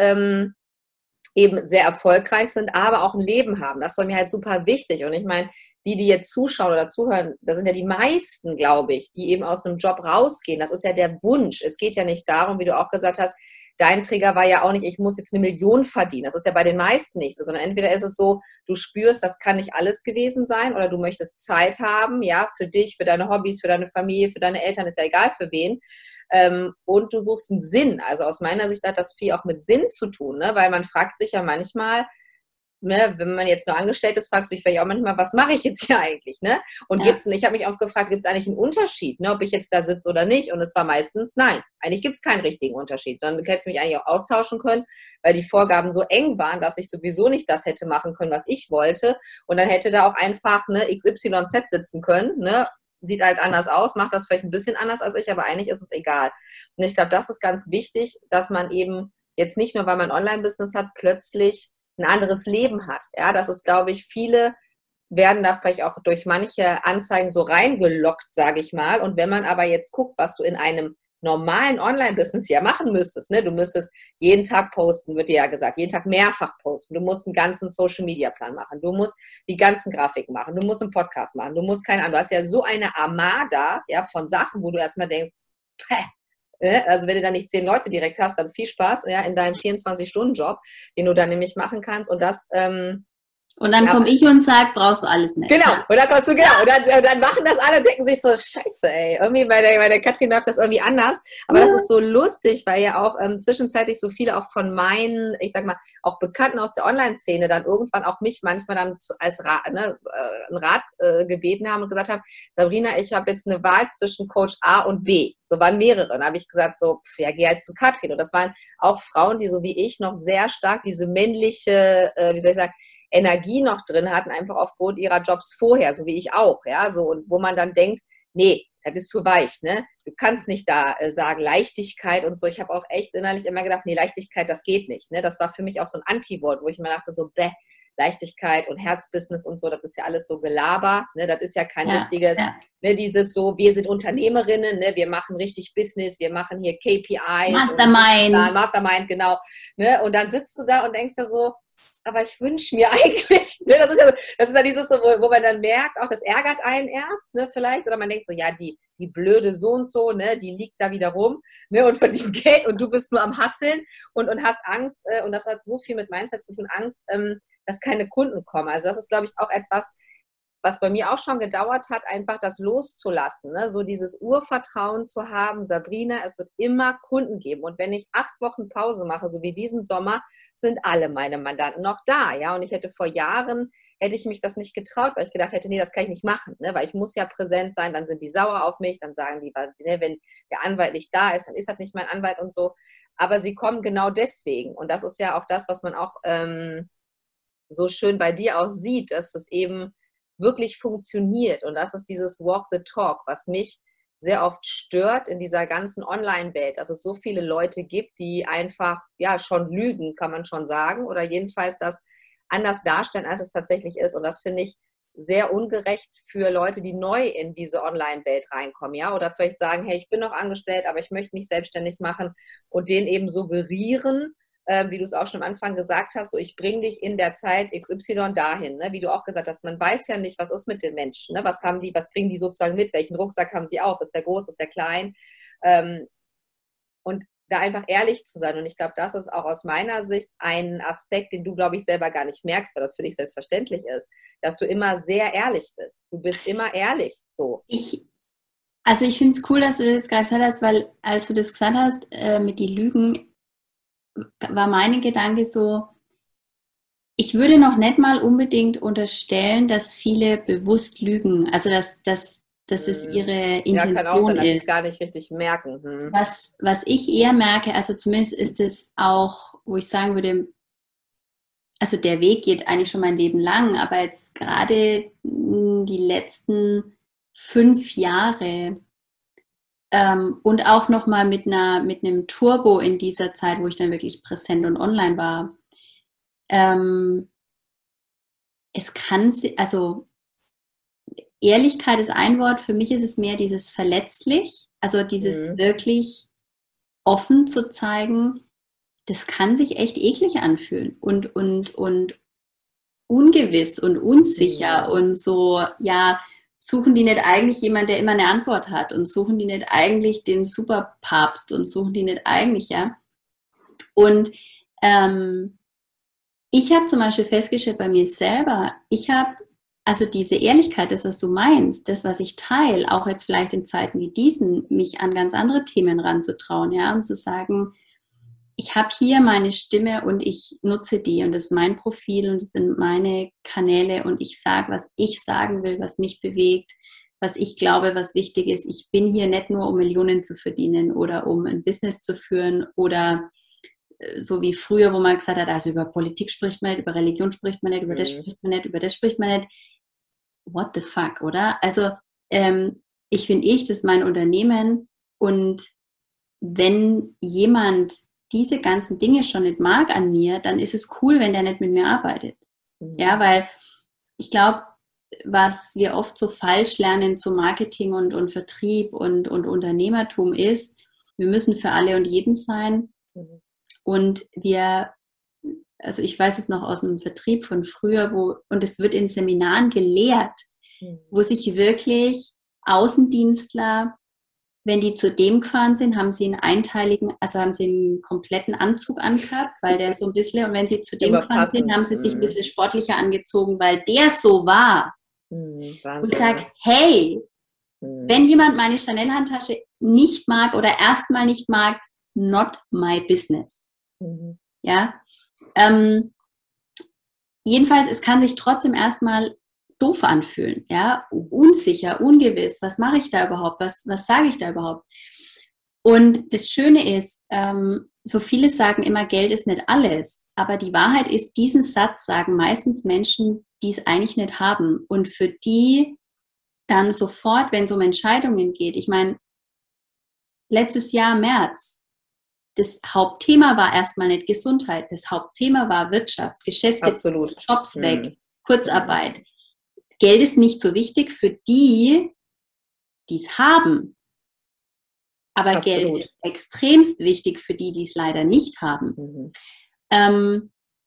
eben sehr erfolgreich sind, aber auch ein Leben haben. Das war mir halt super wichtig. Und ich meine, die jetzt zuschauen oder zuhören, da sind ja die meisten, glaube ich, die eben aus einem Job rausgehen. Das ist ja der Wunsch. Es geht ja nicht darum, wie du auch gesagt hast, dein Trigger war ja auch nicht, ich muss jetzt 1 Million verdienen. Das ist ja bei den meisten nicht so, sondern entweder ist es so, du spürst, das kann nicht alles gewesen sein oder du möchtest Zeit haben, ja, für dich, für deine Hobbys, für deine Familie, für deine Eltern, ist ja egal für wen. Und du suchst einen Sinn. Also aus meiner Sicht hat das viel auch mit Sinn zu tun, ne? Weil man fragt sich ja manchmal, ne, wenn man jetzt nur angestellt ist, fragst du dich vielleicht auch manchmal, was mache ich jetzt hier eigentlich? Ne? Und ich habe mich oft gefragt, gibt es eigentlich einen Unterschied, ne, ob ich jetzt da sitze oder nicht? Und es war meistens nein. Eigentlich gibt es keinen richtigen Unterschied. Dann hättest du mich eigentlich auch austauschen können, weil die Vorgaben so eng waren, dass ich sowieso nicht das hätte machen können, was ich wollte. Und dann hätte da auch einfach ne, XYZ sitzen können, ne? Sieht halt anders aus, macht das vielleicht ein bisschen anders als ich, aber eigentlich ist es egal. Und ich glaube, das ist ganz wichtig, dass man eben jetzt nicht nur, weil man Online-Business hat, plötzlich ein anderes Leben hat. Ja, das ist, glaube ich, viele werden da vielleicht auch durch manche Anzeigen so reingelockt, sage ich mal. Und wenn man aber jetzt guckt, was du in einem normalen Online-Business ja machen müsstest, ne? Du müsstest jeden Tag posten, wird dir ja gesagt, jeden Tag mehrfach posten. Du musst einen ganzen Social-Media-Plan machen. Du musst die ganzen Grafiken machen. Du musst einen Podcast machen. Du musst keine Ahnung. Du hast ja so eine Armada ja, von Sachen, wo du erstmal denkst, also wenn du da nicht 10 Leute direkt hast, dann viel Spaß ja, in deinem 24-Stunden-Job, den du dann nämlich machen kannst. Und das und dann komme ich und sage, brauchst du alles nicht. Genau, und dann kommst du, genau. Und dann machen das alle und denken sich so, scheiße, ey. Irgendwie bei der Katrin läuft das irgendwie anders. Aber das ist so lustig, weil ja auch zwischenzeitlich so viele auch von meinen, ich sag mal, auch Bekannten aus der Online-Szene dann irgendwann auch mich manchmal dann als einen Rat gebeten haben und gesagt haben, Sabrina, ich habe jetzt eine Wahl zwischen Coach A und B. So waren mehrere. Und da habe ich gesagt, so, ja, geh halt zu Katrin. Und das waren auch Frauen, die so wie ich noch sehr stark diese männliche, wie soll ich sagen, Energie noch drin hatten, einfach aufgrund ihrer Jobs vorher, so wie ich auch, ja, so, und wo man dann denkt, nee, da bist du weich, ne, du kannst nicht da sagen, Leichtigkeit und so, ich habe auch echt innerlich immer gedacht, nee, Leichtigkeit, das geht nicht, ne, das war für mich auch so ein Anti-Wort, wo ich immer dachte, so, Leichtigkeit und Herzbusiness und so, das ist ja alles so Gelaber, ne, das ist ja kein richtiges, ne, dieses so, wir sind Unternehmerinnen, ne, wir machen richtig Business, wir machen hier KPIs. Mastermind, genau, ne, und dann sitzt du da und denkst dir so, aber ich wünsche mir eigentlich, ne, das ist ja dieses, so, wo man dann merkt, auch das ärgert einen erst, ne, vielleicht, oder man denkt so, ja, die blöde so und so, ne, die liegt da wieder rum, ne, und verdient Geld und du bist nur am Hasseln und hast Angst, und das hat so viel mit Mindset zu tun, Angst, dass keine Kunden kommen. Also das ist, glaube ich, auch etwas, was bei mir auch schon gedauert hat, einfach das loszulassen, ne? So dieses Urvertrauen zu haben, Sabrina, es wird immer Kunden geben. Und wenn ich 8 Wochen Pause mache, so wie diesen Sommer, sind alle meine Mandanten noch da, ja. Und ich hätte vor Jahren, hätte ich mich das nicht getraut, weil ich gedacht hätte, nee, das kann ich nicht machen, ne? Weil ich muss ja präsent sein, dann sind die sauer auf mich, dann sagen die, ne, wenn der Anwalt nicht da ist, dann ist das nicht mein Anwalt und so. Aber sie kommen genau deswegen. Und das ist ja auch das, was man auch so schön bei dir auch sieht, dass es eben wirklich funktioniert. Und das ist dieses Walk the Talk, was mich sehr oft stört in dieser ganzen Online-Welt, dass es so viele Leute gibt, die einfach, ja, schon lügen, kann man schon sagen, oder jedenfalls das anders darstellen, als es tatsächlich ist. Und das finde ich sehr ungerecht für Leute, die neu in diese Online-Welt reinkommen, ja, oder vielleicht sagen, hey, ich bin noch angestellt, aber ich möchte mich selbstständig machen und denen eben suggerieren, wie du es auch schon am Anfang gesagt hast, so ich bringe dich in der Zeit XY dahin, ne? Wie du auch gesagt hast, man weiß ja nicht, was ist mit den Menschen, ne? Was bringen die sozusagen mit, welchen Rucksack haben sie auf, ist der groß, ist der klein, und da einfach ehrlich zu sein. Und ich glaube, das ist auch aus meiner Sicht ein Aspekt, den du, glaube ich, selber gar nicht merkst, weil das für dich selbstverständlich ist, dass du immer sehr ehrlich bist. Du bist immer ehrlich, so. Also ich finde es cool, dass du das jetzt gerade gesagt hast, weil als du das gesagt hast, mit die Lügen, war mein Gedanke so, ich würde noch nicht mal unbedingt unterstellen, dass viele bewusst lügen. Also dass es ihre Intention ist. Ja, kann auch sein, dass sie es gar nicht richtig merken. Was ich eher merke, also zumindest ist es auch, wo ich sagen würde, also der Weg geht eigentlich schon mein Leben lang, aber jetzt gerade die letzten 5 Jahre und auch nochmal mit einem Turbo in dieser Zeit, wo ich dann wirklich präsent und online war. Also Ehrlichkeit ist ein Wort, für mich ist es mehr dieses verletzlich, also dieses wirklich offen zu zeigen, das kann sich echt eklig anfühlen und ungewiss und unsicher und so, ja, suchen die nicht eigentlich jemanden, der immer eine Antwort hat und suchen die nicht eigentlich den Superpapst und suchen die nicht eigentlich, ja. Und ich habe zum Beispiel festgestellt bei mir selber, also diese Ehrlichkeit, das, was du meinst, das, was ich teile, auch jetzt vielleicht in Zeiten wie diesen, mich an ganz andere Themen ranzutrauen, ja, und zu sagen, ich habe hier meine Stimme und ich nutze die und das ist mein Profil und das sind meine Kanäle und ich sage, was ich sagen will, was mich bewegt, was ich glaube, was wichtig ist. Ich bin hier nicht nur, um Millionen zu verdienen oder um ein Business zu führen oder so wie früher, wo man gesagt hat, also über Politik spricht man nicht, über Religion spricht man nicht, über das spricht man nicht, über das spricht man nicht. What the fuck, oder? Also das ist mein Unternehmen und wenn jemand diese ganzen Dinge schon nicht mag an mir, dann ist es cool, wenn der nicht mit mir arbeitet. Ja, weil ich glaube, was wir oft so falsch lernen zu Marketing und Vertrieb und Unternehmertum ist, wir müssen für alle und jeden sein. Und also ich weiß es noch aus einem Vertrieb von früher, und es wird in Seminaren gelehrt, wo sich wirklich Außendienstler, wenn die zu dem gefahren sind, haben sie einen kompletten Anzug angehabt, weil der so ein bisschen, und wenn sie zu dem gefahren sind, haben sie sich ein bisschen sportlicher angezogen, weil der so war. Und ich sage, hey, wenn jemand meine Chanel-Handtasche nicht mag oder erstmal nicht mag, not my business. Ja. Jedenfalls, es kann sich trotzdem erstmal doof anfühlen, ja, unsicher, ungewiss, was mache ich da überhaupt, was sage ich da überhaupt? Und das Schöne ist, so viele sagen immer, Geld ist nicht alles, aber die Wahrheit ist, diesen Satz sagen meistens Menschen, die es eigentlich nicht haben und für die dann sofort, wenn es um Entscheidungen geht, ich meine, letztes Jahr März, das Hauptthema war erstmal nicht Gesundheit, das Hauptthema war Wirtschaft, Geschäfte, Absolut. Jobs weg, Kurzarbeit. Geld ist nicht so wichtig für die, die es haben. Aber Absolut. Geld ist extremst wichtig für die, die es leider nicht haben.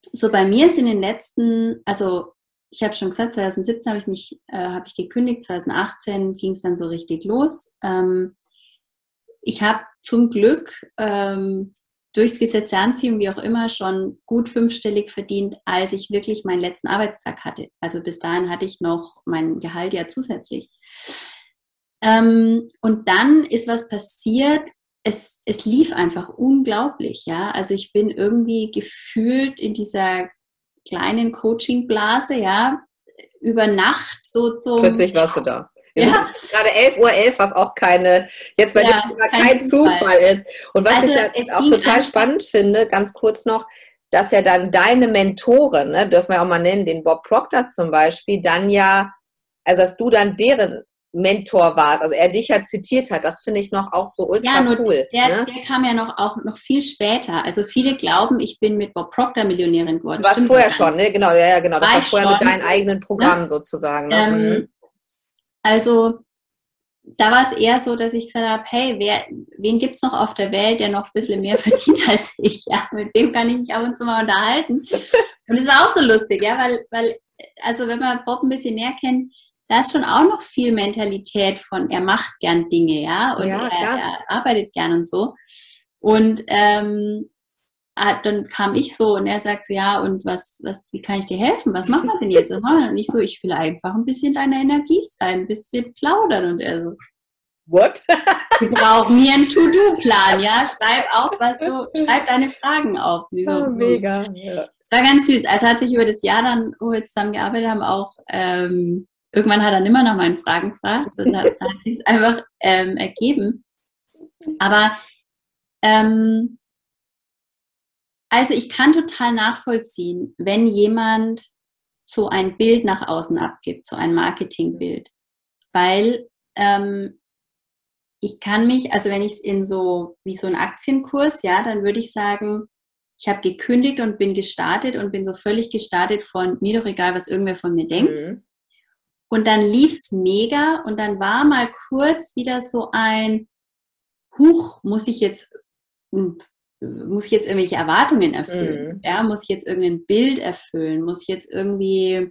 so bei mir ist in den letzten, also ich habe schon gesagt, 2017 habe ich gekündigt, 2018 ging es dann so richtig los. Ich habe zum Glück durchs Gesetz der Anziehung, wie auch immer, schon gut 5-stellig verdient, als ich wirklich meinen letzten Arbeitstag hatte. Also bis dahin hatte ich noch mein Gehalt ja zusätzlich. Und dann ist was passiert. Es lief einfach unglaublich, ja. Also ich bin irgendwie gefühlt in dieser kleinen Coaching-Blase, ja, über Nacht so zum... Plötzlich warst du da. Wir Ja. sind gerade 11:11 Uhr, was auch jetzt bei dir kein Zufall ist. Und was Also, ich ja auch total spannend finde, ganz kurz noch, dass ja dann deine Mentoren, ne, dürfen wir auch mal nennen, den Bob Proctor zum Beispiel, dann ja, also dass du dann deren Mentor warst, also er dich ja zitiert hat, das finde ich noch auch so ultra cool. Der kam ja noch viel später. Also viele glauben, ich bin mit Bob Proctor Millionärin geworden. Du warst vorher schon, ne? Genau, ja, genau. Das war vorher mit deinen eigenen Programmen, ne? Sozusagen. Ne? Also da war es eher so, dass ich gesagt habe, hey, wen gibt es noch auf der Welt, der noch ein bisschen mehr verdient als ich? Ja, mit dem kann ich mich ab und zu mal unterhalten. Und es war auch so lustig, ja, weil also wenn man Bob ein bisschen näher kennt, da ist schon auch noch viel Mentalität von, er macht gern Dinge, ja, und ja, er arbeitet gern und so. Und dann kam ich so und er sagt so, ja, und wie kann ich dir helfen? Was machen wir denn jetzt? Und ich so, ich will einfach ein bisschen deiner Energie sein, ein bisschen plaudern. Und er so, what? Wir brauchen hier einen To-Do-Plan, ja, schreib deine Fragen auf. So, mega. Ja. Das war ganz süß. Also hat sich über das Jahr dann, wo wir zusammen gearbeitet haben, auch irgendwann hat er immer nach meinen Fragen gefragt und da hat sich es einfach ergeben. Aber also ich kann total nachvollziehen, wenn jemand so ein Bild nach außen abgibt, so ein Marketingbild. Weil ich kann mich, also wenn ich es in so, wie so ein Aktienkurs, ja, dann würde ich sagen, ich habe gekündigt und bin gestartet und bin so völlig gestartet von mir doch egal, was irgendwer von mir denkt. Mhm. Und dann lief es mega und dann war mal kurz wieder so ein Huch, muss ich jetzt irgendwelche Erwartungen erfüllen? Ja, muss ich jetzt irgendein Bild erfüllen? Muss ich jetzt irgendwie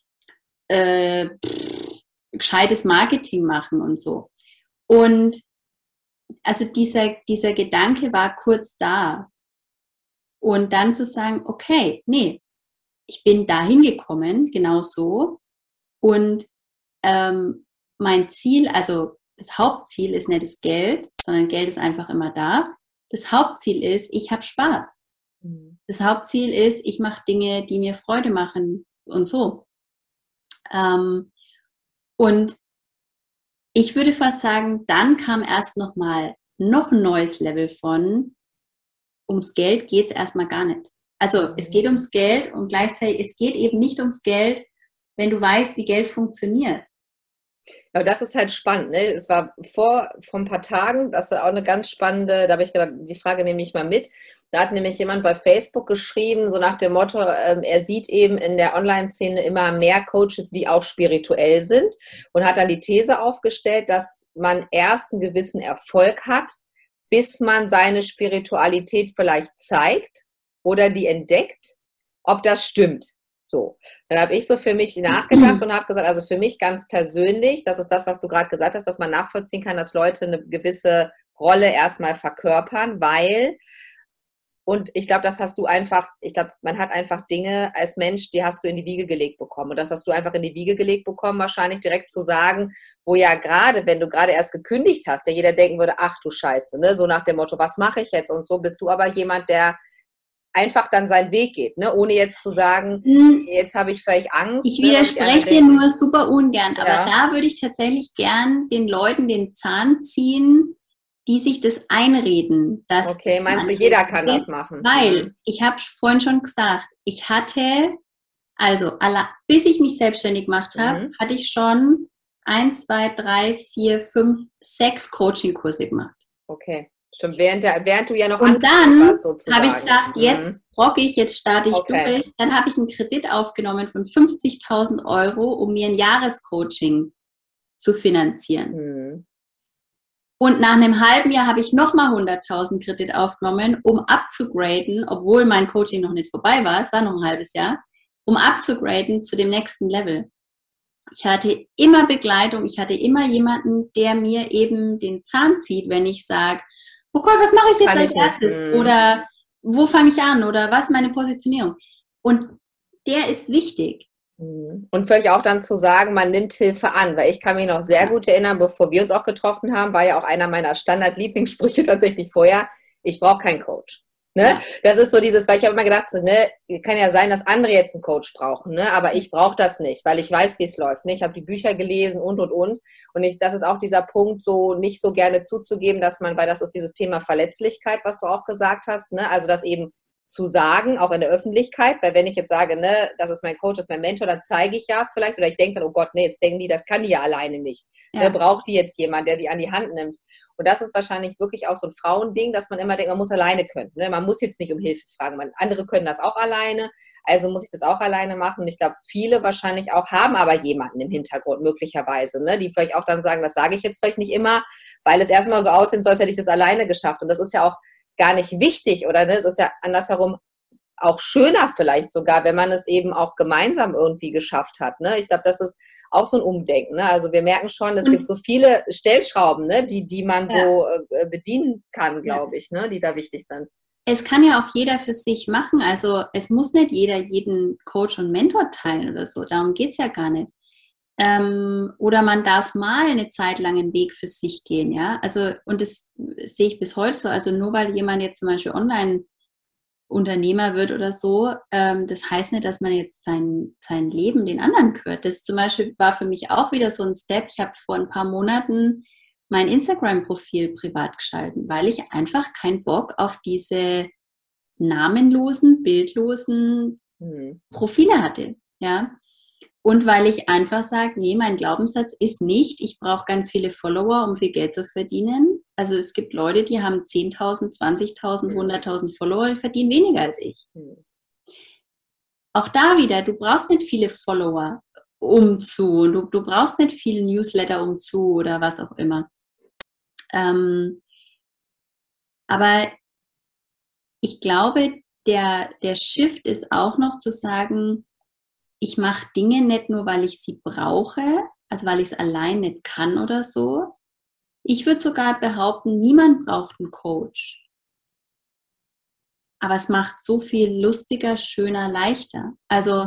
gescheites Marketing machen und so? Und also dieser Gedanke war kurz da. Und dann zu sagen, okay, nee, ich bin da hingekommen, genau so. Und mein Ziel, also das Hauptziel ist nicht das Geld, sondern Geld ist einfach immer da. Das Hauptziel ist, ich habe Spaß. Das Hauptziel ist, ich mache Dinge, die mir Freude machen und so. Und ich würde fast sagen, dann kam erst noch ein neues Level von, ums Geld geht es erstmal gar nicht. Also es geht ums Geld und gleichzeitig, es geht eben nicht ums Geld, wenn du weißt, wie Geld funktioniert. Ja, das ist halt spannend, ne? Es war vor ein paar Tagen, das ist auch eine ganz spannende, da habe ich gedacht, die Frage nehme ich mal mit. Da hat nämlich jemand bei Facebook geschrieben, so nach dem Motto, er sieht eben in der Online-Szene immer mehr Coaches, die auch spirituell sind und hat dann die These aufgestellt, dass man erst einen gewissen Erfolg hat, bis man seine Spiritualität vielleicht zeigt oder die entdeckt, ob das stimmt. So, dann habe ich so für mich nachgedacht und habe gesagt, also für mich ganz persönlich, das ist das, was du gerade gesagt hast, dass man nachvollziehen kann, dass Leute eine gewisse Rolle erstmal verkörpern, weil, und ich glaube, das hast du einfach, ich glaube, man hat einfach Dinge als Mensch, die hast du in die Wiege gelegt bekommen. Und das hast du einfach in die Wiege gelegt bekommen, wahrscheinlich direkt zu sagen, wo ja gerade, wenn du gerade erst gekündigt hast, ja jeder denken würde, ach du Scheiße, ne? So nach dem Motto, was mache ich jetzt? Und so bist du aber jemand, der einfach dann seinen Weg geht, ne? Ohne jetzt zu sagen, jetzt habe ich vielleicht Angst. Ich widerspreche dir nur super ungern, aber da würde ich tatsächlich gern den Leuten den Zahn ziehen, die sich das einreden. Dass okay, meinst du, jeder kann das machen? Weil, ich habe vorhin schon gesagt, ich hatte, also bis ich mich selbstständig gemacht habe, hatte ich schon 1, 2, 3, 4, 5, 6 Coaching-Kurse gemacht. Okay. Stimmt, während du ja noch und dann habe ich gesagt, jetzt rocke ich, jetzt starte ich durch. Dann habe ich einen Kredit aufgenommen von 50.000 €, um mir ein Jahrescoaching zu finanzieren. Und nach einem halben Jahr habe ich nochmal 100.000 Kredit aufgenommen, um abzugraden, obwohl mein Coaching noch nicht vorbei war, es war noch ein halbes Jahr, um abzugraden zu dem nächsten Level. Ich hatte immer Begleitung, ich hatte immer jemanden, der mir eben den Zahn zieht, wenn ich sage, oh Gott, was mache ich jetzt als erstes? Oder wo fange ich an? Oder was ist meine Positionierung? Und der ist wichtig. Und vielleicht auch dann zu sagen, man nimmt Hilfe an, weil ich kann mich noch sehr gut erinnern, bevor wir uns auch getroffen haben, war ja auch einer meiner Standard-Lieblingssprüche tatsächlich vorher, ich brauche keinen Coach. Ne? Ja. Das ist so dieses, weil ich habe immer gedacht, so, ne, kann ja sein, dass andere jetzt einen Coach brauchen, ne? Aber ich brauche das nicht, weil ich weiß, wie es läuft. Ne? Ich habe die Bücher gelesen und. Und das ist auch dieser Punkt, so nicht so gerne zuzugeben, dass man, weil das ist dieses Thema Verletzlichkeit, was du auch gesagt hast, ne? Also das eben zu sagen, auch in der Öffentlichkeit, weil wenn ich jetzt sage, ne, das ist mein Coach, das ist mein Mentor, dann zeige ich ja vielleicht, oder ich denke dann, oh Gott, nee, jetzt denken die, das kann die ja alleine nicht. Ja. Ne, braucht die jetzt jemand, der die an die Hand nimmt. Und das ist wahrscheinlich wirklich auch so ein Frauending, dass man immer denkt, man muss alleine können. Ne? Man muss jetzt nicht um Hilfe fragen. Andere können das auch alleine, also muss ich das auch alleine machen. Und ich glaube, viele wahrscheinlich auch haben aber jemanden im Hintergrund möglicherweise, ne? Die vielleicht auch dann sagen, das sage ich jetzt vielleicht nicht immer, weil es erstmal so aussehen soll, als hätte ich das alleine geschafft. Und das ist ja auch gar nicht wichtig, oder? Ne? Es ist ja andersherum auch schöner vielleicht sogar, wenn man es eben auch gemeinsam irgendwie geschafft hat. Ne? Ich glaube, das ist auch so ein Umdenken. Ne? Also wir merken schon, es gibt so viele Stellschrauben, ne? die man so bedienen kann, glaube ich, ne? Die da wichtig sind. Es kann ja auch jeder für sich machen. Also es muss nicht jeder jeden Coach und Mentor teilen oder so. Darum geht es ja gar nicht. Oder man darf mal eine Zeit lang einen Weg für sich gehen, ja. Also, und das sehe ich bis heute so. Also nur weil jemand jetzt zum Beispiel Online-Unternehmer wird oder so, das heißt nicht, dass man jetzt sein Leben den anderen gehört. Das zum Beispiel war für mich auch wieder so ein Step. Ich habe vor ein paar Monaten mein Instagram-Profil privat geschalten, weil ich einfach keinen Bock auf diese namenlosen, bildlosen Profile hatte, ja. Und weil ich einfach sage, nee, mein Glaubenssatz ist nicht, ich brauche ganz viele Follower, um viel Geld zu verdienen. Also es gibt Leute, die haben 10.000, 20.000, 100.000 Follower, die verdienen weniger als ich. Auch da wieder, du brauchst nicht viele Follower du brauchst nicht viele Newsletter oder was auch immer. Aber ich glaube, der Shift ist auch noch zu sagen, ich mache Dinge nicht nur, weil ich sie brauche, also weil ich es allein nicht kann oder so. Ich würde sogar behaupten, niemand braucht einen Coach. Aber es macht so viel lustiger, schöner, leichter. Also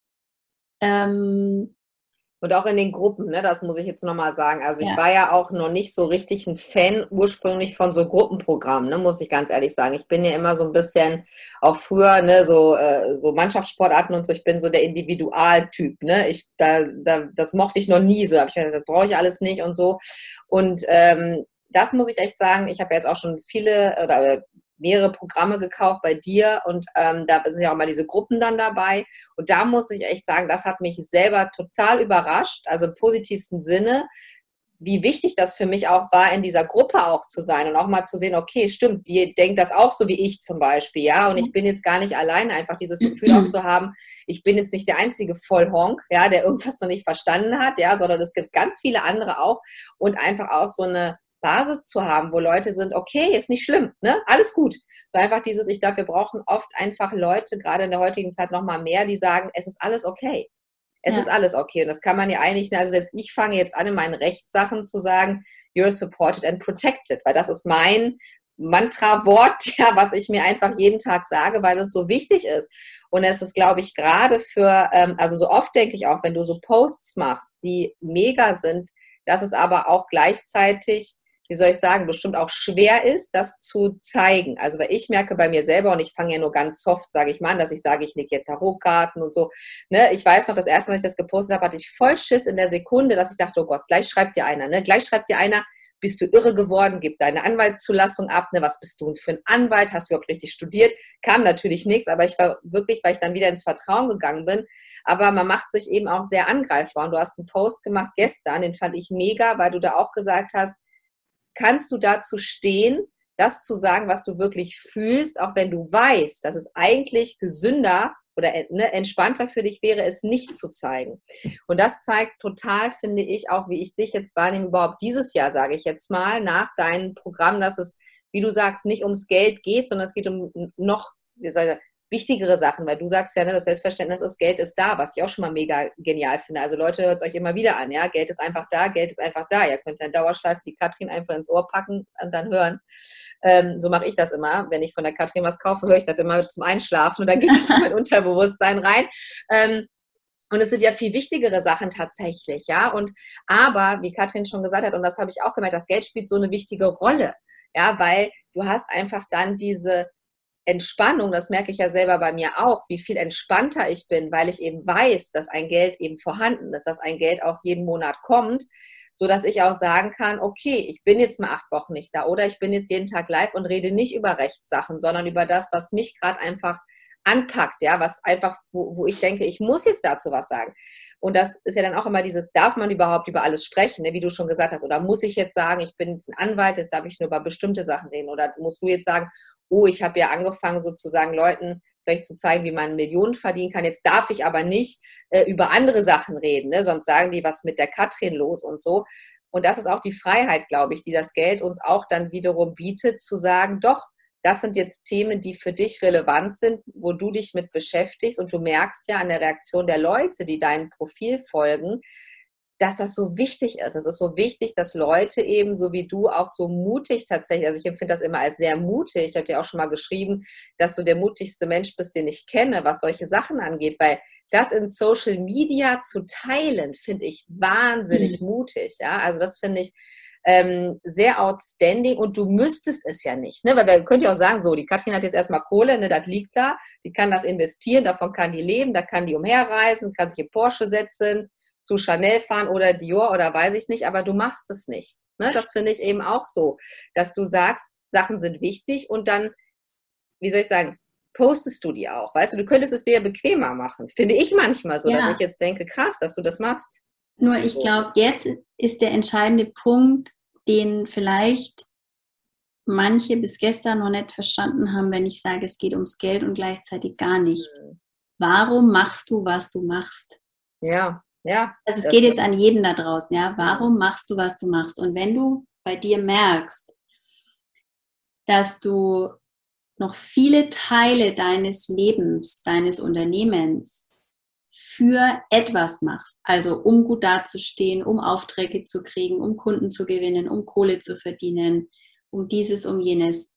und auch in den Gruppen, ne, das muss ich jetzt nochmal sagen. Also ich war ja auch noch nicht so richtig ein Fan ursprünglich von so Gruppenprogrammen, ne, muss ich ganz ehrlich sagen. Ich bin ja immer so ein bisschen, auch früher, ne, so Mannschaftssportarten und so, ich bin so der Individualtyp, ne. Das mochte ich noch nie so. Hab ich gedacht, das brauche ich alles nicht und so. Und das muss ich echt sagen, ich habe jetzt auch schon viele oder mehrere Programme gekauft bei dir und da sind ja auch mal diese Gruppen dann dabei und da muss ich echt sagen, das hat mich selber total überrascht, also im positivsten Sinne, wie wichtig das für mich auch war, in dieser Gruppe auch zu sein und auch mal zu sehen, okay, stimmt, die denkt das auch so wie ich zum Beispiel, ja, und ich bin jetzt gar nicht alleine, einfach dieses Gefühl auch zu haben, ich bin jetzt nicht der einzige Vollhonk, ja, der irgendwas noch nicht verstanden hat, ja, sondern es gibt ganz viele andere auch und einfach auch so eine Basis zu haben, wo Leute sind, okay, ist nicht schlimm, ne? Alles gut. So einfach dieses, wir brauchen oft einfach Leute, gerade in der heutigen Zeit nochmal mehr, die sagen, es ist alles okay. Es ist alles okay. Und das kann man ja eigentlich, also selbst ich fange jetzt an, in meinen Rechtssachen zu sagen, you're supported and protected, weil das ist mein Mantra-Wort, ja, was ich mir einfach jeden Tag sage, weil es so wichtig ist. Und es ist, glaube ich, gerade für, also so oft denke ich auch, wenn du so Posts machst, die mega sind, dass es aber auch gleichzeitig, wie soll ich sagen, bestimmt auch schwer ist, das zu zeigen. Also weil ich merke bei mir selber, und ich fange ja nur ganz soft, sage ich mal an, dass ich sage, ich lege jetzt Tarotkarten und so. Ne? Ich weiß noch, das erste Mal, als ich das gepostet habe, hatte ich voll Schiss in der Sekunde, dass ich dachte, oh Gott, gleich schreibt dir einer, ne? Gleich schreibt dir einer, bist du irre geworden, gib deine Anwaltszulassung ab, ne? Was bist du für ein Anwalt, hast du überhaupt richtig studiert? Kam natürlich nichts, aber ich war wirklich, weil ich dann wieder ins Vertrauen gegangen bin, aber man macht sich eben auch sehr angreifbar und du hast einen Post gemacht gestern, den fand ich mega, weil du da auch gesagt hast, kannst du dazu stehen, das zu sagen, was du wirklich fühlst, auch wenn du weißt, dass es eigentlich gesünder oder entspannter für dich wäre, es nicht zu zeigen. Und das zeigt total, finde ich, auch wie ich dich jetzt wahrnehme, überhaupt dieses Jahr, sage ich jetzt mal, nach deinem Programm, dass es, wie du sagst, nicht ums Geld geht, sondern es geht um noch, wie soll ich sagen, wichtigere Sachen, weil du sagst ja, ne, das Selbstverständnis ist, Geld ist da, was ich auch schon mal mega genial finde. Also Leute, hört es euch immer wieder an, ja, Geld ist einfach da, Geld ist einfach da. Ihr könnt eine Dauerschleife die Katrin einfach ins Ohr packen und dann hören. So mache ich das immer. Wenn ich von der Katrin was kaufe, höre ich das immer zum Einschlafen und dann geht es in mein Unterbewusstsein rein. Und es sind ja viel wichtigere Sachen tatsächlich, ja. Aber, wie Katrin schon gesagt hat, und das habe ich auch gemerkt, das Geld spielt so eine wichtige Rolle, ja, weil du hast einfach dann diese Entspannung, das merke ich ja selber bei mir auch, wie viel entspannter ich bin, weil ich eben weiß, dass ein Geld eben vorhanden ist, dass ein Geld auch jeden Monat kommt, so dass ich auch sagen kann, okay, ich bin jetzt mal 8 Wochen nicht da oder ich bin jetzt jeden Tag live und rede nicht über Rechtssachen, sondern über das, was mich gerade einfach anpackt, ja, was einfach, wo ich denke, ich muss jetzt dazu was sagen. Und das ist ja dann auch immer dieses, darf man überhaupt über alles sprechen, ne, wie du schon gesagt hast, oder muss ich jetzt sagen, ich bin jetzt ein Anwalt, jetzt darf ich nur über bestimmte Sachen reden, oder musst du jetzt sagen, oh, ich habe ja angefangen sozusagen Leuten vielleicht zu zeigen, wie man Millionen verdienen kann, jetzt darf ich aber nicht über andere Sachen reden, ne, sonst sagen die, was mit der Katrin los und so. Und das ist auch die Freiheit, glaube ich, die das Geld uns auch dann wiederum bietet, zu sagen, doch, das sind jetzt Themen, die für dich relevant sind, wo du dich mit beschäftigst und du merkst ja an der Reaktion der Leute, die deinem Profil folgen, dass das so wichtig ist. Es ist so wichtig, dass Leute eben, so wie du, auch so mutig tatsächlich, also ich empfinde das immer als sehr mutig, ich habe dir auch schon mal geschrieben, dass du der mutigste Mensch bist, den ich kenne, was solche Sachen angeht, weil das in Social Media zu teilen, finde ich wahnsinnig mutig. Ja? Also das finde ich sehr outstanding und du müsstest es ja nicht, ne? Weil wir könnt ja auch sagen, so, die Katrin hat jetzt erstmal Kohle, ne, das liegt da, die kann das investieren, davon kann die leben, da kann die umherreisen, kann sich in Porsche setzen, zu Chanel fahren oder Dior oder weiß ich nicht, aber du machst es nicht. Ne? Das finde ich eben auch so, dass du sagst, Sachen sind wichtig und dann, wie soll ich sagen, postest du die auch, weißt du, du könntest es dir ja bequemer machen, finde ich manchmal so, dass ich jetzt denke, krass, dass du das machst. Nur ich glaube, jetzt ist der entscheidende Punkt, den vielleicht manche bis gestern noch nicht verstanden haben, wenn ich sage, es geht ums Geld und gleichzeitig gar nicht. Warum machst du, was du machst? Ja. Also es geht jetzt an jeden da draußen, ja. Warum machst du, was du machst? Und wenn du bei dir merkst, dass du noch viele Teile deines Lebens, deines Unternehmens für etwas machst, also um gut dazustehen, um Aufträge zu kriegen, um Kunden zu gewinnen, um Kohle zu verdienen, um dieses, um jenes.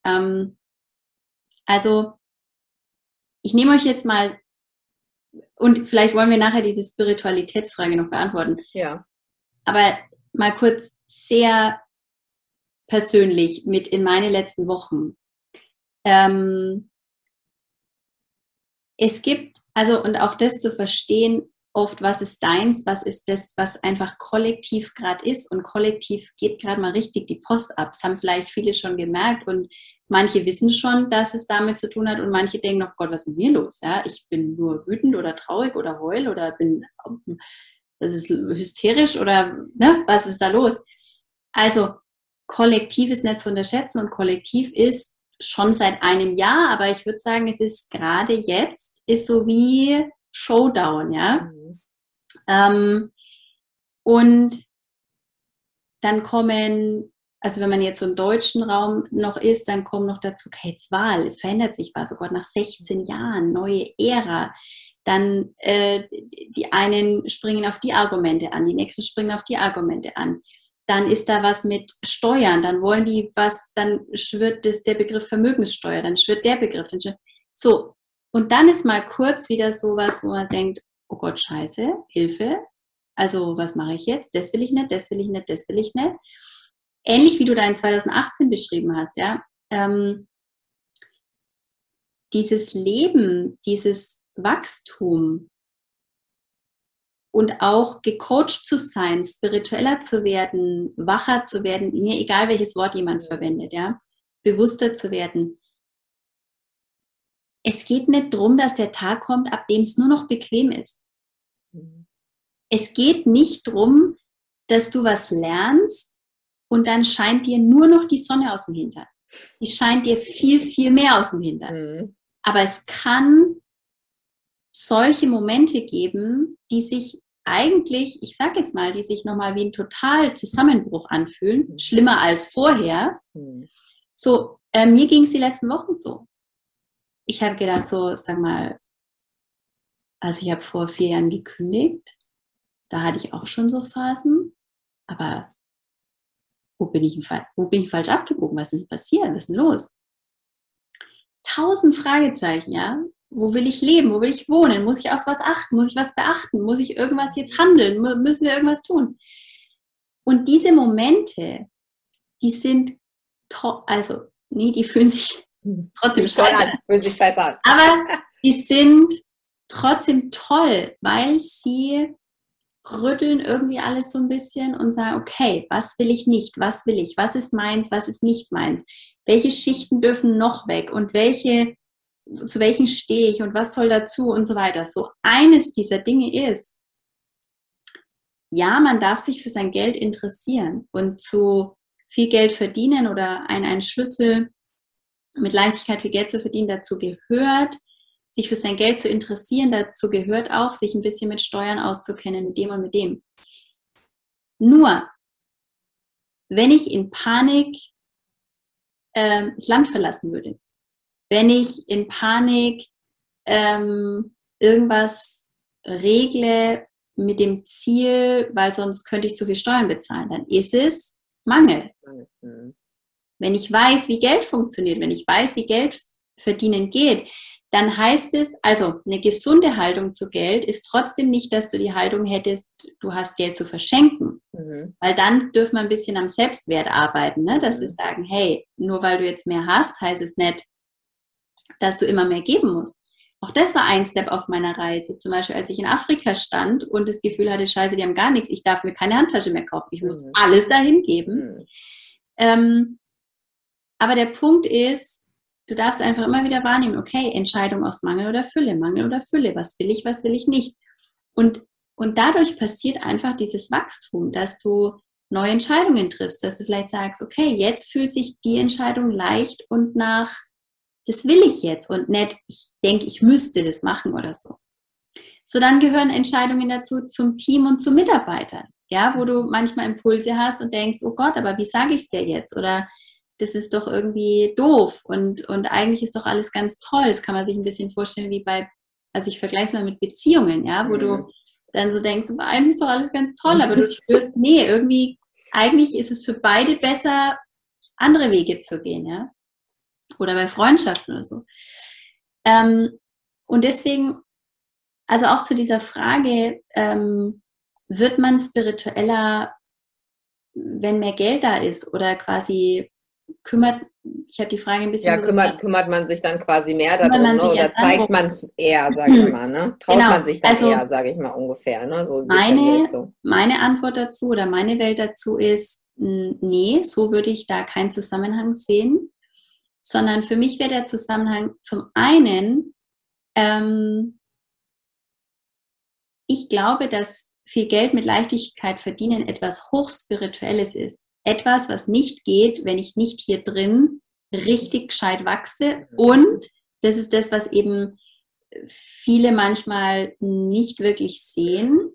Also ich nehme euch jetzt mal, und vielleicht wollen wir nachher diese Spiritualitätsfrage noch beantworten. Ja. Aber mal kurz sehr persönlich mit in meine letzten Wochen. Es gibt, also und auch das zu verstehen, oft, was ist deins, was ist das, was einfach kollektiv gerade ist und kollektiv geht gerade mal richtig die Post ab. Das haben vielleicht viele schon gemerkt und manche wissen schon, dass es damit zu tun hat und manche denken, oh Gott, was ist mit mir los? Ja, ich bin nur wütend oder traurig oder heul oder das ist hysterisch oder ne, was ist da los? Also kollektiv ist nicht zu unterschätzen und kollektiv ist schon seit einem Jahr, aber ich würde sagen, es ist gerade jetzt, ist so wie Showdown, ja. Und dann kommen, also wenn man jetzt so im deutschen Raum noch ist, dann kommen noch dazu, okay, jetzt Wahl, es verändert sich was, oh Gott, nach 16 Jahren, neue Ära. Dann die einen springen auf die Argumente an, die nächsten springen auf die Argumente an. Dann ist da was mit Steuern, dann wollen die was, dann schwirrt der Begriff Vermögenssteuer, dann schwirrt der Begriff. So, und dann ist mal kurz wieder sowas, wo man denkt, oh Gott, scheiße, Hilfe, also was mache ich jetzt? Das will ich nicht, das will ich nicht, das will ich nicht. Ähnlich wie du da in 2018 beschrieben hast, ja. Dieses Leben, dieses Wachstum, und auch gecoacht zu sein, spiritueller zu werden, wacher zu werden, mir egal welches Wort jemand verwendet, ja, bewusster zu werden. Es geht nicht darum, dass der Tag kommt, ab dem es nur noch bequem ist. Es geht nicht darum, dass du was lernst und dann scheint dir nur noch die Sonne aus dem Hintern. Die scheint dir viel, viel mehr aus dem Hintern. Aber es kann solche Momente geben, die sich eigentlich, ich sag jetzt mal, die sich nochmal wie ein total Zusammenbruch anfühlen, schlimmer als vorher. So, mir ging es die letzten Wochen so. Ich habe gedacht so, sag mal, also ich habe vor 4 Jahren gekündigt, da hatte ich auch schon so Phasen, aber wo bin ich falsch abgebogen? Was ist denn passiert? Was ist denn los? 1000 Fragezeichen, ja? Wo will ich leben? Wo will ich wohnen? Muss ich auf was achten? Muss ich was beachten? Muss ich irgendwas jetzt handeln? Müssen wir irgendwas tun? Und diese Momente, die sind toll, also, nee, die fühlen sich trotzdem scheiße an. Fühlen sich scheiße an. Aber die sind trotzdem toll, weil sie rütteln irgendwie alles so ein bisschen und sagen, okay, was will ich nicht? Was will ich? Was ist meins? Was ist nicht meins? Welche Schichten dürfen noch weg? Und zu welchen stehe ich und was soll dazu und so weiter. So eines dieser Dinge ist, ja, man darf sich für sein Geld interessieren und zu viel Geld verdienen oder ein Schlüssel mit Leichtigkeit viel Geld zu verdienen, dazu gehört, sich für sein Geld zu interessieren, dazu gehört auch, sich ein bisschen mit Steuern auszukennen, mit dem und mit dem. Nur, wenn ich in Panik das Land verlassen würde, wenn ich in Panik irgendwas regle mit dem Ziel, weil sonst könnte ich zu viel Steuern bezahlen, dann ist es Mangel. Wenn ich weiß, wie Geld funktioniert, wenn ich weiß, wie Geld verdienen geht, dann heißt es, also eine gesunde Haltung zu Geld ist trotzdem nicht, dass du die Haltung hättest, du hast Geld zu verschenken. Weil dann dürfen wir ein bisschen am Selbstwert arbeiten, ne? Dass wir sagen, hey, nur weil du jetzt mehr hast, heißt es nicht, dass du immer mehr geben musst. Auch das war ein Step auf meiner Reise. Zum Beispiel, als ich in Afrika stand und das Gefühl hatte, scheiße, die haben gar nichts, ich darf mir keine Handtasche mehr kaufen, ich muss alles dahin geben. Aber der Punkt ist, du darfst einfach immer wieder wahrnehmen, okay, Entscheidung aus Mangel oder Fülle, was will ich nicht. Und dadurch passiert einfach dieses Wachstum, dass du neue Entscheidungen triffst, dass du vielleicht sagst, okay, jetzt fühlt sich die Entscheidung leicht und nach, das will ich jetzt und nicht, ich denke, ich müsste das machen oder so. So, dann gehören Entscheidungen dazu zum Team und zu Mitarbeitern, ja, wo du manchmal Impulse hast und denkst, oh Gott, aber wie sage ich es dir jetzt? Oder das ist doch irgendwie doof und eigentlich ist doch alles ganz toll. Das kann man sich ein bisschen vorstellen wie also ich vergleiche es mal mit Beziehungen, ja, wo du dann so denkst, eigentlich ist doch alles ganz toll, aber du spürst, nee, irgendwie, eigentlich ist es für beide besser, andere Wege zu gehen, ja. Oder bei Freundschaften oder so. Und deswegen, also auch zu dieser Frage, wird man spiritueller, wenn mehr Geld da ist oder quasi ich habe die Frage ein bisschen... Ja, kümmert man sich dann quasi mehr darum, ne? Oder zeigt man es eher, sage ich mal, ne? Traut man sich dann eher, sage ich mal, ungefähr, ne? So meine Antwort dazu oder meine Welt dazu ist, nee, so würde ich da keinen Zusammenhang sehen, sondern für mich wäre der Zusammenhang zum einen, ich glaube, dass viel Geld mit Leichtigkeit verdienen etwas Hochspirituelles ist. Etwas, was nicht geht, wenn ich nicht hier drin richtig gescheit wachse. Und das ist das, was eben viele manchmal nicht wirklich sehen,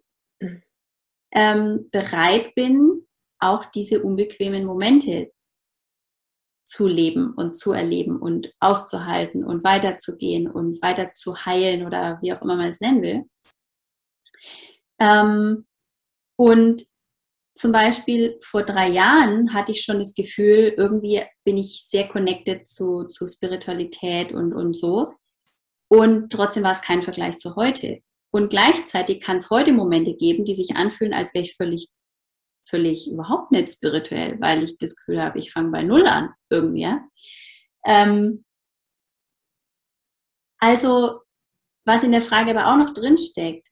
bereit bin, auch diese unbequemen Momente zu leben und zu erleben und auszuhalten und weiterzugehen und weiter zu heilen oder wie auch immer man es nennen will. Und zum Beispiel vor 3 Jahren hatte ich schon das Gefühl, irgendwie bin ich sehr connected zu Spiritualität und so. Und trotzdem war es kein Vergleich zu heute. Und gleichzeitig kann es heute Momente geben, die sich anfühlen, als wäre ich völlig überhaupt nicht spirituell, weil ich das Gefühl habe, ich fange bei Null an irgendwie. Ja? Also, was in der Frage aber auch noch drinsteckt,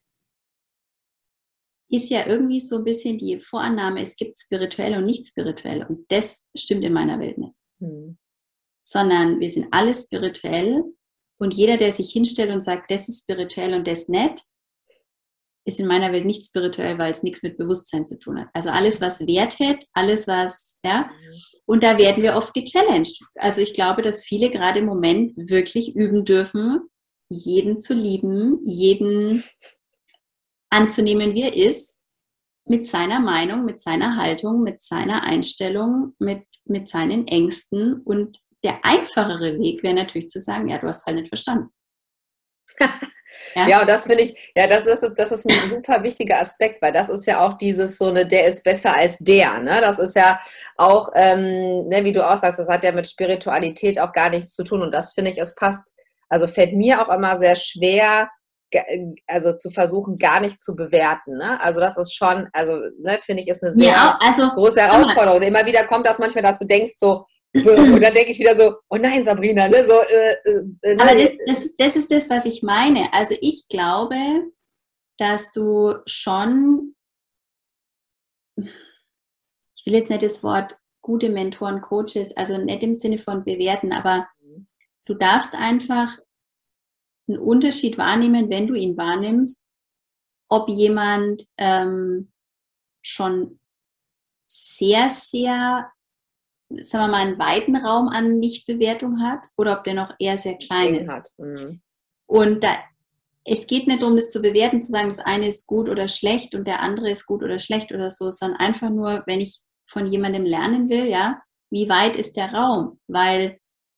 ist ja irgendwie so ein bisschen die Vorannahme, es gibt spirituell und nicht spirituell. Und das stimmt in meiner Welt nicht. Sondern wir sind alle spirituell und jeder, der sich hinstellt und sagt, das ist spirituell und das nicht, ist in meiner Welt nicht spirituell, weil es nichts mit Bewusstsein zu tun hat. Also alles, was Wert hat, alles, was, ja, und da werden wir oft gechallenged. Also ich glaube, dass viele gerade im Moment wirklich üben dürfen, jeden zu lieben, jeden anzunehmen, wie er ist, mit seiner Meinung, mit seiner Haltung, mit seiner Einstellung, mit seinen Ängsten. Und der einfachere Weg wäre natürlich zu sagen, ja, du hast es halt nicht verstanden. Ja, und das finde ich, ja, das ist ein super wichtiger Aspekt, weil das ist ja auch dieses so eine, der ist besser als der, ne? Das ist ja auch, ne, wie du auch sagst, das hat ja mit Spiritualität auch gar nichts zu tun und das finde ich, es passt, also fällt mir auch immer sehr schwer, also zu versuchen, gar nicht zu bewerten, ne? Also das ist schon, also, ne, finde ich, ist eine sehr große Herausforderung. Und immer wieder kommt das manchmal, dass du denkst so, und dann denke ich wieder so, oh nein, Sabrina, ne? So, aber das ist das, was ich meine. Also ich glaube, dass du schon, ich will jetzt nicht das Wort gute Mentoren, Coaches, also nicht im Sinne von bewerten, aber du darfst einfach einen Unterschied wahrnehmen, wenn du ihn wahrnimmst, ob jemand schon sehr, sehr, sagen wir mal, einen weiten Raum an Nichtbewertung hat oder ob der noch eher sehr klein ist. Hat. Mhm. Und es geht nicht darum, das zu bewerten, zu sagen, das eine ist gut oder schlecht und der andere ist gut oder schlecht oder so, sondern einfach nur, wenn ich von jemandem lernen will, ja, wie weit ist der Raum? Weil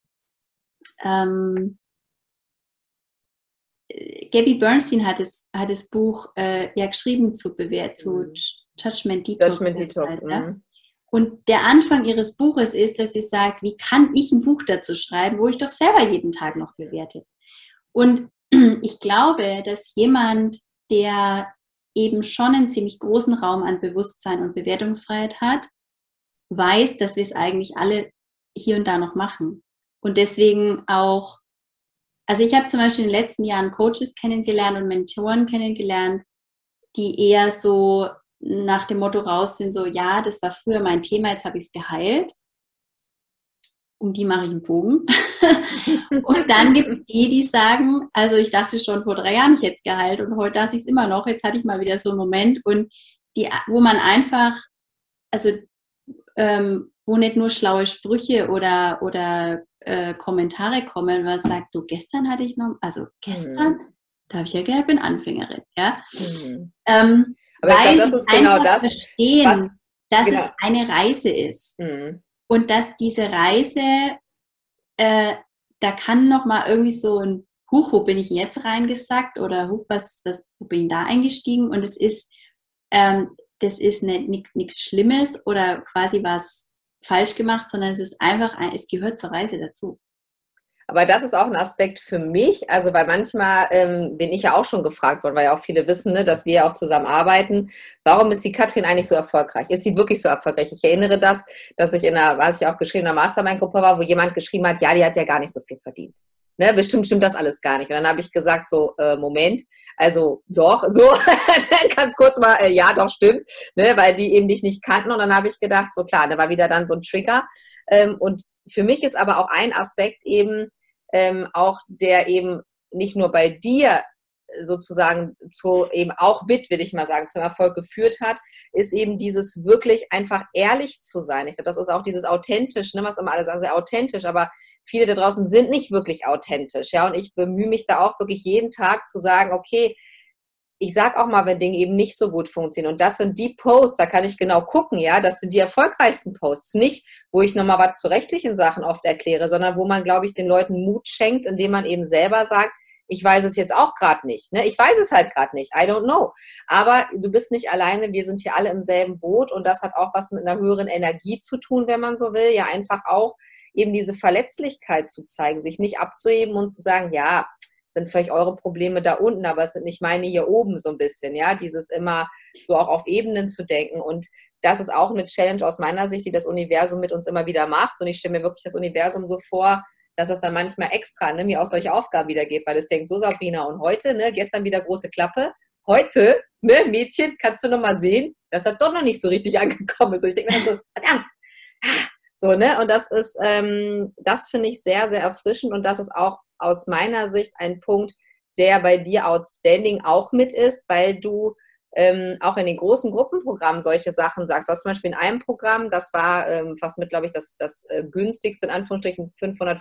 Gabby Bernstein hat das Buch ja geschrieben zu Judgment Detox. Judgment Detox. Ja? Und der Anfang ihres Buches ist, dass sie sagt, wie kann ich ein Buch dazu schreiben, wo ich doch selber jeden Tag noch bewerte. Und ich glaube, dass jemand, der eben schon einen ziemlich großen Raum an Bewusstsein und Bewertungsfreiheit hat, weiß, dass wir es eigentlich alle hier und da noch machen. Und deswegen auch, also ich habe zum Beispiel in den letzten Jahren Coaches kennengelernt und Mentoren kennengelernt, die eher so nach dem Motto raus sind, so, ja, das war früher mein Thema, jetzt habe ich es geheilt. Um die mache ich einen Bogen. Und dann gibt es die sagen, also ich dachte schon vor 3 Jahren, ich hätte es geheilt und heute dachte ich es immer noch, jetzt hatte ich mal wieder so einen Moment und wo man einfach, also wo nicht nur schlaue Sprüche oder Kommentare kommen, was sagt, du, gestern hatte ich noch, also gestern, da habe ich ja gedacht, ich bin Anfängerin, ja. Aber ich glaube, das ist genau das, verstehen, dass es eine Reise ist. Und dass diese Reise, da kann nochmal irgendwie so ein Huch, wo bin ich jetzt reingesackt oder Huch, wo bin ich da eingestiegen? Und es ist, das ist nichts Schlimmes oder quasi was falsch gemacht, sondern es ist einfach, es gehört zur Reise dazu. Aber das ist auch ein Aspekt für mich, also weil manchmal bin ich ja auch schon gefragt worden, weil ja auch viele wissen, ne, dass wir ja auch zusammen arbeiten. Warum ist die Katrin eigentlich so erfolgreich? Ist sie wirklich so erfolgreich? Ich erinnere das, dass ich was ich auch geschrieben, in einer Mastermind-Gruppe war, wo jemand geschrieben hat, ja, die hat ja gar nicht so viel verdient. Ne, bestimmt stimmt das alles gar nicht. Und dann habe ich gesagt, so, Moment, also doch, so, ganz kurz mal, ja, doch, stimmt, ne, weil die eben dich nicht kannten. Und dann habe ich gedacht, so klar, da war wieder dann so ein Trigger. Und für mich ist aber auch ein Aspekt eben, auch der eben nicht nur bei dir sozusagen zu eben auch will ich mal sagen, zum Erfolg geführt hat, ist eben dieses wirklich einfach ehrlich zu sein. Ich glaube, das ist auch dieses authentisch, ne, was immer alle sagen, sehr authentisch, aber viele da draußen sind nicht wirklich authentisch, ja, und ich bemühe mich da auch wirklich jeden Tag zu sagen, okay, ich sage auch mal, wenn Dinge eben nicht so gut funktionieren. Und das sind die Posts, da kann ich genau gucken, ja, das sind die erfolgreichsten Posts. Nicht, wo ich nochmal was zu rechtlichen Sachen oft erkläre, sondern wo man, glaube ich, den Leuten Mut schenkt, indem man eben selber sagt, ich weiß es jetzt auch gerade nicht. Ne? Ich weiß es halt gerade nicht. I don't know. Aber du bist nicht alleine. Wir sind hier alle im selben Boot. Und das hat auch was mit einer höheren Energie zu tun, wenn man so will. Ja, einfach auch eben diese Verletzlichkeit zu zeigen, sich nicht abzuheben und zu sagen, ja, sind vielleicht eure Probleme da unten, aber es sind nicht meine hier oben so ein bisschen, ja, dieses immer so auch auf Ebenen zu denken und das ist auch eine Challenge aus meiner Sicht, die das Universum mit uns immer wieder macht und ich stelle mir wirklich das Universum so vor, dass es dann manchmal extra, ne, mir auch solche Aufgaben wieder gibt, weil es denkt, so Sabrina und heute, ne, gestern wieder große Klappe, heute, ne, Mädchen, kannst du noch mal sehen, dass das doch noch nicht so richtig angekommen ist und ich denke mir dann so, verdammt, so, ne, und das ist, das finde ich sehr, sehr erfrischend und das ist auch aus meiner Sicht ein Punkt, der bei dir outstanding auch mit ist, weil du auch in den großen Gruppenprogrammen solche Sachen sagst. Du hast zum Beispiel in einem Programm, das war fast mit, glaube ich, das günstigste, in Anführungsstrichen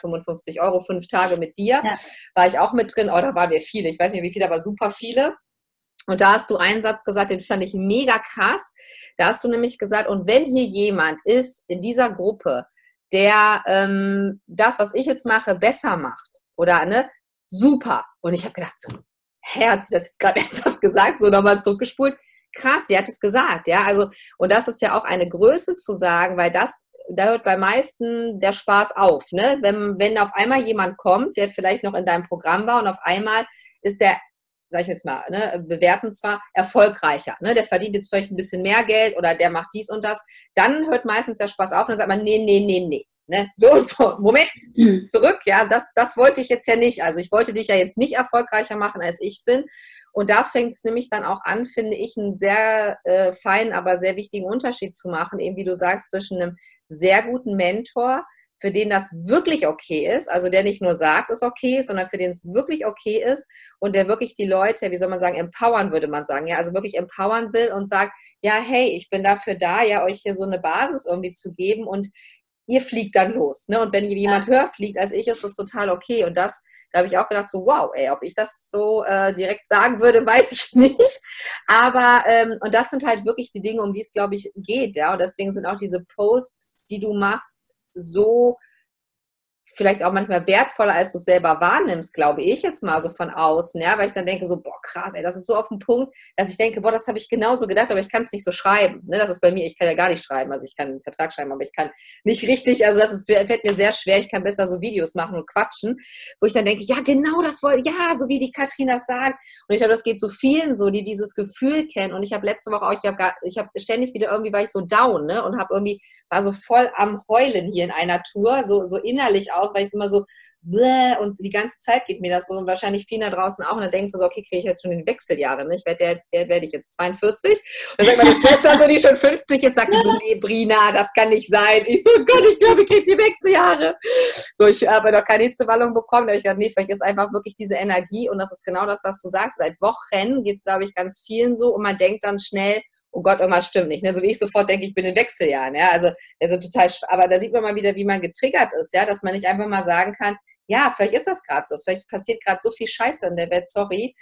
555 Euro, 5 Tage mit dir, war ich auch mit drin. Oh, da waren wir viele. Ich weiß nicht, wie viele, aber super viele. Und da hast du einen Satz gesagt, den fand ich mega krass. Da hast du nämlich gesagt, und wenn hier jemand ist in dieser Gruppe, der das, was ich jetzt mache, besser macht oder ne, super. Und ich habe gedacht, so, hat sie das jetzt gerade ernsthaft gesagt, so nochmal zurückgespult. Krass, sie hat es gesagt, ja. Also, und das ist ja auch eine Größe zu sagen, weil da hört bei meisten der Spaß auf, ne? Wenn auf einmal jemand kommt, der vielleicht noch in deinem Programm war und auf einmal ist der, sag ich jetzt mal, ne, bewerten zwar, erfolgreicher, ne? Der verdient jetzt vielleicht ein bisschen mehr Geld oder der macht dies und das, dann hört meistens der Spaß auf und dann sagt man, nee. Ne? So und so, Moment, zurück, ja, das wollte ich jetzt ja nicht. Also ich wollte dich ja jetzt nicht erfolgreicher machen, als ich bin. Und da fängt es nämlich dann auch an, finde ich, einen sehr feinen, aber sehr wichtigen Unterschied zu machen, eben wie du sagst, zwischen einem sehr guten Mentor, für den das wirklich okay ist, also der nicht nur sagt, ist okay, sondern für den es wirklich okay ist und der wirklich die Leute, wie soll man sagen, empowern, würde man sagen, ja, also wirklich empowern will und sagt, ja, hey, ich bin dafür da, ja, euch hier so eine Basis irgendwie zu geben und ihr fliegt dann los, ne? Und wenn jemand höher fliegt als ich, ist das total okay. Und da habe ich auch gedacht, so wow, ey, ob ich das so direkt sagen würde, weiß ich nicht. Aber, und das sind halt wirklich die Dinge, um die es, glaube ich, geht, ja. Und deswegen sind auch diese Posts, die du machst, so vielleicht auch manchmal wertvoller, als du es selber wahrnimmst, glaube ich jetzt mal so von außen, ja, weil ich dann denke so, boah, krass, ey, das ist so auf den Punkt, dass ich denke, boah, das habe ich genauso gedacht, aber ich kann es nicht so schreiben, ne, das ist bei mir, ich kann ja gar nicht schreiben, also ich kann einen Vertrag schreiben, aber ich kann nicht richtig, also fällt mir sehr schwer, ich kann besser so Videos machen und quatschen, wo ich dann denke, ja, genau das wollte, ja, so wie die Katrin das sagt und ich glaube, das geht so vielen so, die dieses Gefühl kennen und ich habe letzte Woche auch, ich habe ständig wieder irgendwie, war ich so down, ne, und habe irgendwie, war so voll am Heulen hier in einer Tour, so innerlich auch, weil ich immer so bläh, und die ganze Zeit geht mir das so und wahrscheinlich viele da draußen auch und dann denkst du so, okay, kriege ich jetzt schon in die Wechseljahre, ne? Werde ich jetzt 42 und dann sagt meine Schwester so, die schon 50 ist, sagt die so, nee, Brina, das kann nicht sein. Ich so, Gott, ich glaube, ich kriege die Wechseljahre. So, ich habe noch keine Hitzewallung bekommen, da habe ich gedacht, nee, vielleicht ist einfach wirklich diese Energie und das ist genau das, was du sagst. Seit Wochen geht es, glaube ich, ganz vielen so und man denkt dann schnell, oh Gott, irgendwas stimmt nicht. Ne? So wie ich sofort denke, ich bin in Wechseljahren. Ja? Also total, aber da sieht man mal wieder, wie man getriggert ist, ja, dass man nicht einfach mal sagen kann, ja, vielleicht ist das gerade so, vielleicht passiert gerade so viel Scheiße in der Welt, sorry,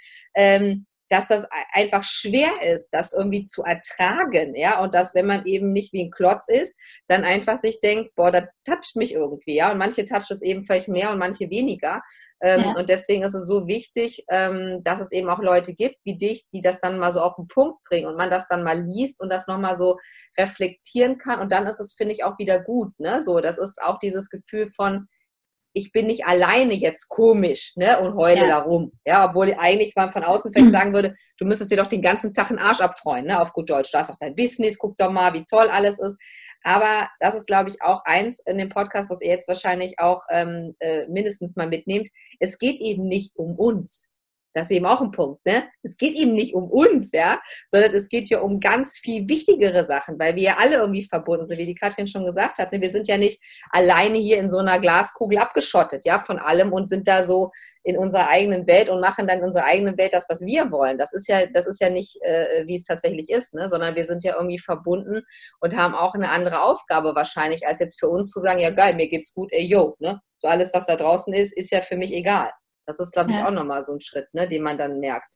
dass das einfach schwer ist, das irgendwie zu ertragen, ja, und dass, wenn man eben nicht wie ein Klotz ist, dann einfach sich denkt, boah, das toucht mich irgendwie, ja, und manche toucht es eben vielleicht mehr und manche weniger, und deswegen ist es so wichtig, dass es eben auch Leute gibt wie dich, die das dann mal so auf den Punkt bringen und man das dann mal liest und das nochmal so reflektieren kann und dann ist es, finde ich, auch wieder gut, ne, so, das ist auch dieses Gefühl von, ich bin nicht alleine jetzt komisch, ne, und heule da rum. Ja, obwohl eigentlich man von außen vielleicht sagen würde, du müsstest dir doch den ganzen Tag einen Arsch abfreuen, ne, auf gut Deutsch. Du hast doch dein Business, guck doch mal, wie toll alles ist. Aber das ist, glaube ich, auch eins in dem Podcast, was ihr jetzt wahrscheinlich auch mindestens mal mitnehmt. Es geht eben nicht um uns. Das ist eben auch ein Punkt, ne? Es geht eben nicht um uns, ja, sondern es geht ja um ganz viel wichtigere Sachen, weil wir ja alle irgendwie verbunden sind, wie die Katrin schon gesagt hat. Ne? Wir sind ja nicht alleine hier in so einer Glaskugel abgeschottet, ja, von allem und sind da so in unserer eigenen Welt und machen dann in unserer eigenen Welt das, was wir wollen. Das ist ja nicht, wie es tatsächlich ist, ne? Sondern wir sind ja irgendwie verbunden und haben auch eine andere Aufgabe wahrscheinlich, als jetzt für uns zu sagen, ja geil, mir geht's gut, ey, yo, ne? So alles, was da draußen ist ja für mich egal. Das ist, glaube ich, auch nochmal so ein Schritt, ne, den man dann merkt.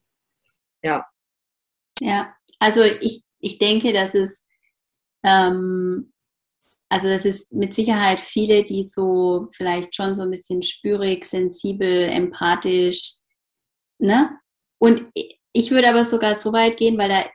Ja. Ja, also ich denke, dass es, das ist mit Sicherheit viele, die so vielleicht schon so ein bisschen spürig, sensibel, empathisch, ne? Und ich würde aber sogar so weit gehen, weil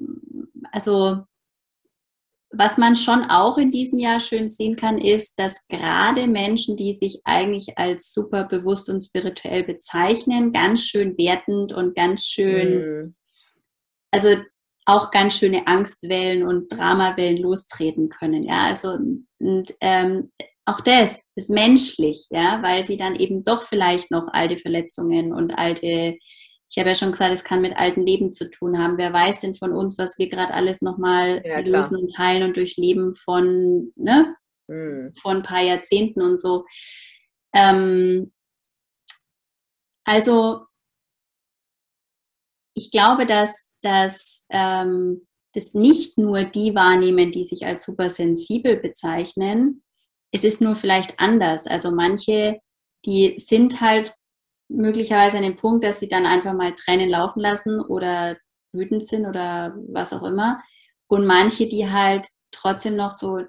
was man schon auch in diesem Jahr schön sehen kann, ist, dass gerade Menschen, die sich eigentlich als super bewusst und spirituell bezeichnen, ganz schön wertend und ganz schön, also auch ganz schöne Angstwellen und Dramawellen lostreten können. Ja, also und auch das ist menschlich, ja, weil sie dann eben doch vielleicht noch alte Verletzungen und ich habe ja schon gesagt, es kann mit alten Leben zu tun haben. Wer weiß denn von uns, was wir gerade alles nochmal lösen und heilen und durchleben von ein paar Jahrzehnten und so. Also ich glaube, dass das nicht nur die wahrnehmen, die sich als supersensibel bezeichnen. Es ist nur vielleicht anders. Also manche, die sind halt möglicherweise an dem Punkt, dass sie dann einfach mal Tränen laufen lassen oder wütend sind oder was auch immer. Und manche, die halt trotzdem noch so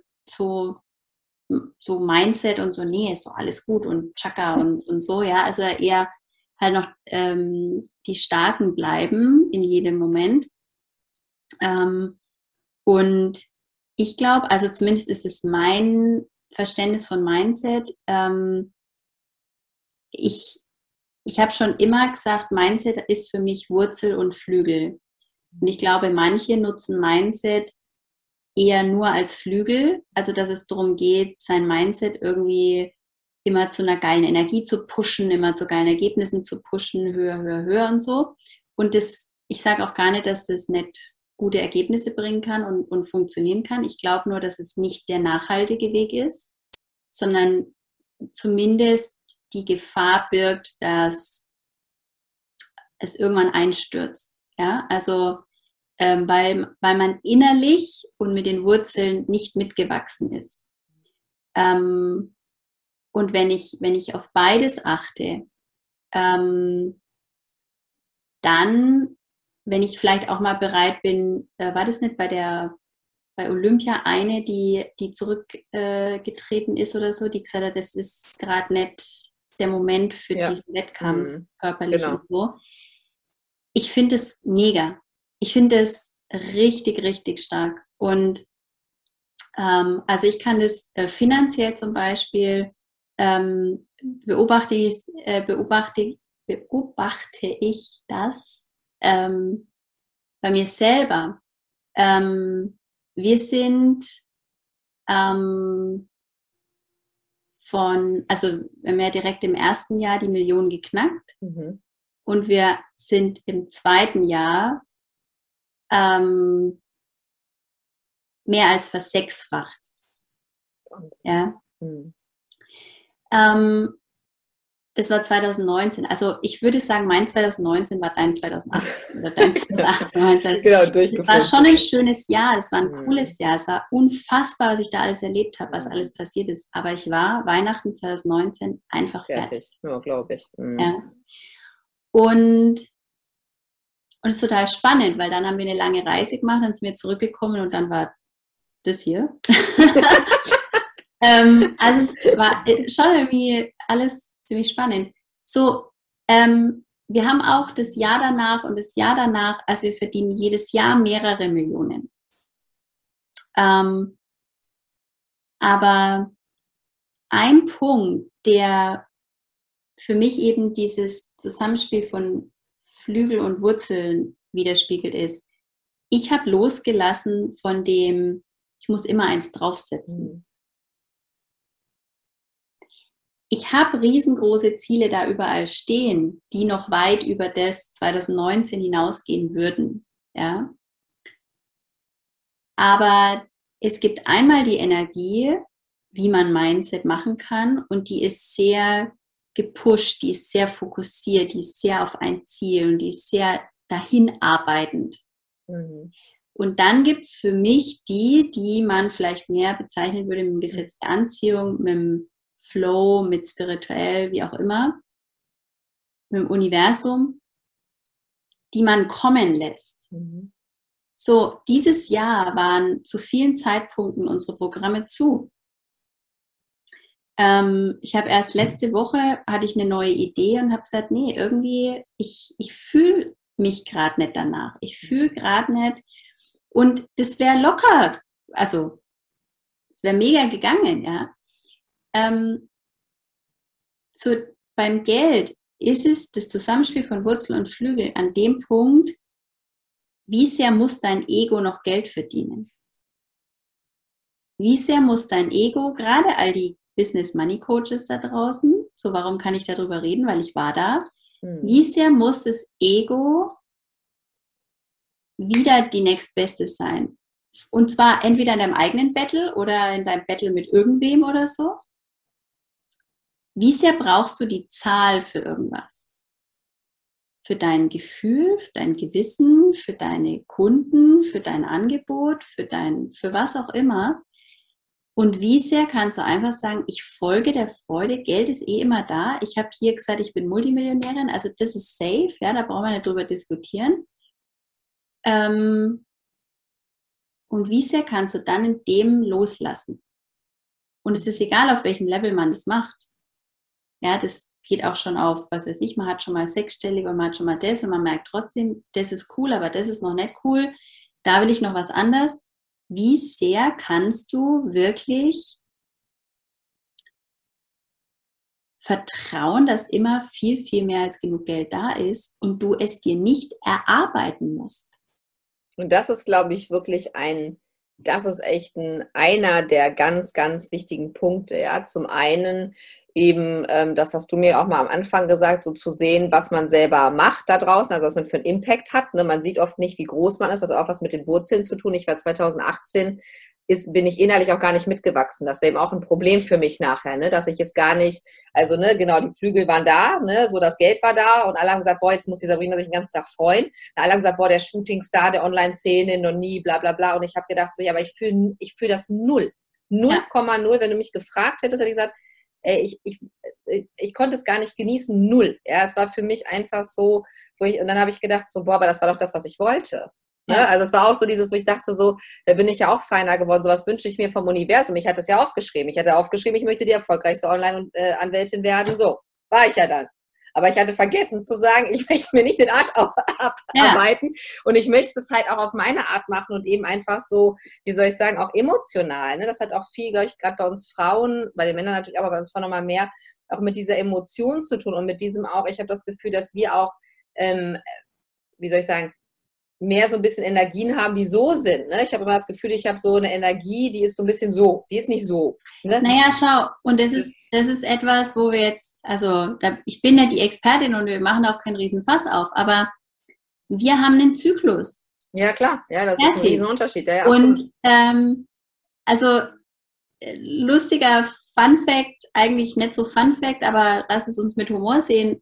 Mindset und so, nee, ist doch alles gut und Chaka und so, ja, also eher halt noch die Starken bleiben in jedem Moment. Und ich glaube, also zumindest ist es mein Verständnis von Mindset. Ich habe schon immer gesagt, Mindset ist für mich Wurzel und Flügel. Und ich glaube, manche nutzen Mindset eher nur als Flügel, also dass es darum geht, sein Mindset irgendwie immer zu einer geilen Energie zu pushen, immer zu geilen Ergebnissen zu pushen, höher, höher, höher und so. Und das, ich sage auch gar nicht, dass das nicht gute Ergebnisse bringen kann und funktionieren kann. Ich glaube nur, dass es nicht der nachhaltige Weg ist, sondern zumindest die Gefahr birgt, dass es irgendwann einstürzt. Ja, also weil man innerlich und mit den Wurzeln nicht mitgewachsen ist. Und wenn ich auf beides achte, dann, wenn ich vielleicht auch mal bereit bin, war das nicht bei Olympia eine, die zurückgetreten ist oder so, die gesagt hat, das ist gerade nicht der Moment für diesen Wettkampf, körperlich und so. Ich finde es mega. Ich finde es richtig, richtig stark. Und also ich kann das finanziell zum Beispiel beobachte ich das bei mir selber. Wir sind also wir haben ja direkt im ersten Jahr die Million geknackt und wir sind im zweiten Jahr mehr als versechsfacht. Ja. Das war 2019. Also ich würde sagen, mein 2019 war dein 2018 oder dein 2018. Genau, durchgeführt. Das war schon ein schönes Jahr, das war ein cooles Jahr. Es war unfassbar, was ich da alles erlebt habe, was alles passiert ist. Aber ich war Weihnachten 2019 einfach fertig. Ja, glaube ich. Ja. Und es ist total spannend, weil dann haben wir eine lange Reise gemacht, dann sind wir zurückgekommen und dann war das hier. Also es war schon irgendwie alles ziemlich spannend. So, wir haben auch das Jahr danach und das Jahr danach, also wir verdienen jedes Jahr mehrere Millionen. Aber ein Punkt, der für mich eben dieses Zusammenspiel von Flügel und Wurzeln widerspiegelt ist, ich habe losgelassen von dem, ich muss immer eins draufsetzen. Ich habe riesengroße Ziele da überall stehen, die noch weit über das 2019 hinausgehen würden. Ja? Aber es gibt einmal die Energie, wie man Mindset machen kann, und die ist sehr gepusht, die ist sehr fokussiert, die ist sehr auf ein Ziel und die ist sehr dahin arbeitend. Und dann gibt es für mich die man vielleicht mehr bezeichnen würde mit dem Gesetz der Anziehung, mit dem Flow, mit spirituell, wie auch immer, mit dem Universum, die man kommen lässt. So, dieses Jahr waren zu vielen Zeitpunkten unsere Programme zu. Ich habe erst letzte Woche, hatte ich eine neue Idee und habe gesagt, nee, irgendwie, ich fühle mich gerade nicht danach. Ich fühle gerade nicht. Und das wäre locker, also es wäre mega gegangen, ja. Beim Geld ist es das Zusammenspiel von Wurzel und Flügel an dem Punkt, wie sehr muss dein Ego noch Geld verdienen? Wie sehr muss dein Ego, gerade all die Business Money Coaches da draußen, so warum kann ich darüber reden, weil ich war da, wie sehr muss das Ego wieder die nächstbeste sein? Und zwar entweder in deinem eigenen Battle oder in deinem Battle mit irgendwem oder so. Wie sehr brauchst du die Zahl für irgendwas? für dein Gefühl, für dein Gewissen, für deine Kunden, für dein Angebot, für was auch immer. Und wie sehr kannst du einfach sagen, ich folge der Freude, Geld ist eh immer da. Ich habe hier gesagt, ich bin Multimillionärin, also das ist safe, ja, da brauchen wir nicht drüber diskutieren. Und wie sehr kannst du dann in dem loslassen? Und es ist egal, auf welchem Level man das macht. Ja, das geht auch schon auf, was weiß ich, man hat schon mal sechsstellig und man hat schon mal das und man merkt trotzdem, das ist cool, aber das ist noch nicht cool. Da will ich noch was anderes. Wie sehr kannst du wirklich vertrauen, dass immer viel, viel mehr als genug Geld da ist und du es dir nicht erarbeiten musst? Und das ist, glaube ich, wirklich das ist echt einer der ganz, ganz wichtigen Punkte. Ja, zum einen eben, das hast du mir auch mal am Anfang gesagt, so zu sehen, was man selber macht da draußen, also was man für einen Impact hat. Ne? Man sieht oft nicht, wie groß man ist, das hat auch was mit den Wurzeln zu tun. Ich war 2018, bin ich innerlich auch gar nicht mitgewachsen. Das wäre eben auch ein Problem für mich nachher, ne? Dass ich es gar nicht, also ne, genau, die Flügel waren da, ne? So das Geld war da und alle haben gesagt, boah, jetzt muss die Sabrina sich den ganzen Tag freuen. Und alle haben gesagt, boah, der Shootingstar der Online-Szene, noch nie, bla bla bla. Und ich habe gedacht, so, ja, aber ich fühl das 0,0. Wenn du mich gefragt hättest, hätte ich gesagt, ey, ich konnte es gar nicht genießen, 0. Ja, es war für mich einfach so, und dann habe ich gedacht, so, boah, aber das war doch das, was ich wollte. Ja. Ne? Also es war auch so dieses, wo ich dachte, so, da bin ich ja auch feiner geworden, sowas wünsche ich mir vom Universum. Ich hatte es ja aufgeschrieben. Ich hatte aufgeschrieben, ich möchte die erfolgreichste Online-Anwältin werden. So, war ich ja dann. Aber ich hatte vergessen zu sagen, ich möchte mir nicht den Arsch abarbeiten und ich möchte es halt auch auf meine Art machen und eben einfach so, wie soll ich sagen, auch emotional. Ne? Das hat auch viel, glaube ich, gerade bei uns Frauen, bei den Männern natürlich auch, aber bei uns Frauen nochmal mehr, auch mit dieser Emotion zu tun und mit diesem auch, ich habe das Gefühl, dass wir auch, wie soll ich sagen, mehr so ein bisschen Energien haben, die so sind. Ne? Ich habe immer das Gefühl, ich habe so eine Energie, die ist so ein bisschen so, die ist nicht so. Ne? Naja, schau, und das ist etwas, wo wir jetzt, ich bin ja die Expertin und wir machen auch keinen Riesenfass auf, aber wir haben einen Zyklus. Ja, klar, ja, das ist ein Riesenunterschied. Ja, und lustiger Fun Fact, eigentlich nicht so Fun Fact, aber lass es uns mit Humor sehen.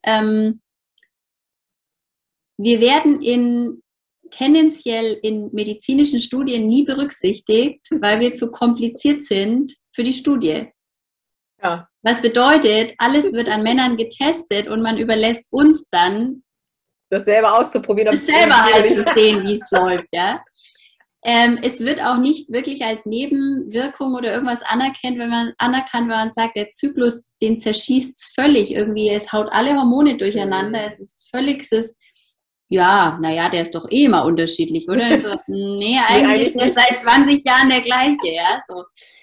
Wir werden tendenziell in medizinischen Studien nie berücksichtigt, weil wir zu kompliziert sind für die Studie. Ja. Was bedeutet, alles wird an Männern getestet und man überlässt uns dann, das selber auszuprobieren. Das selber halt zu sehen, wie es läuft. Ja? Es wird auch nicht wirklich als Nebenwirkung oder irgendwas anerkannt, wenn man sagt, der Zyklus, den zerschießt es völlig irgendwie. Es haut alle Hormone durcheinander. Es ist völlig, ja, naja, der ist doch eh immer unterschiedlich, oder? So, nee, eigentlich ist er seit 20 Jahren der gleiche, ja. So.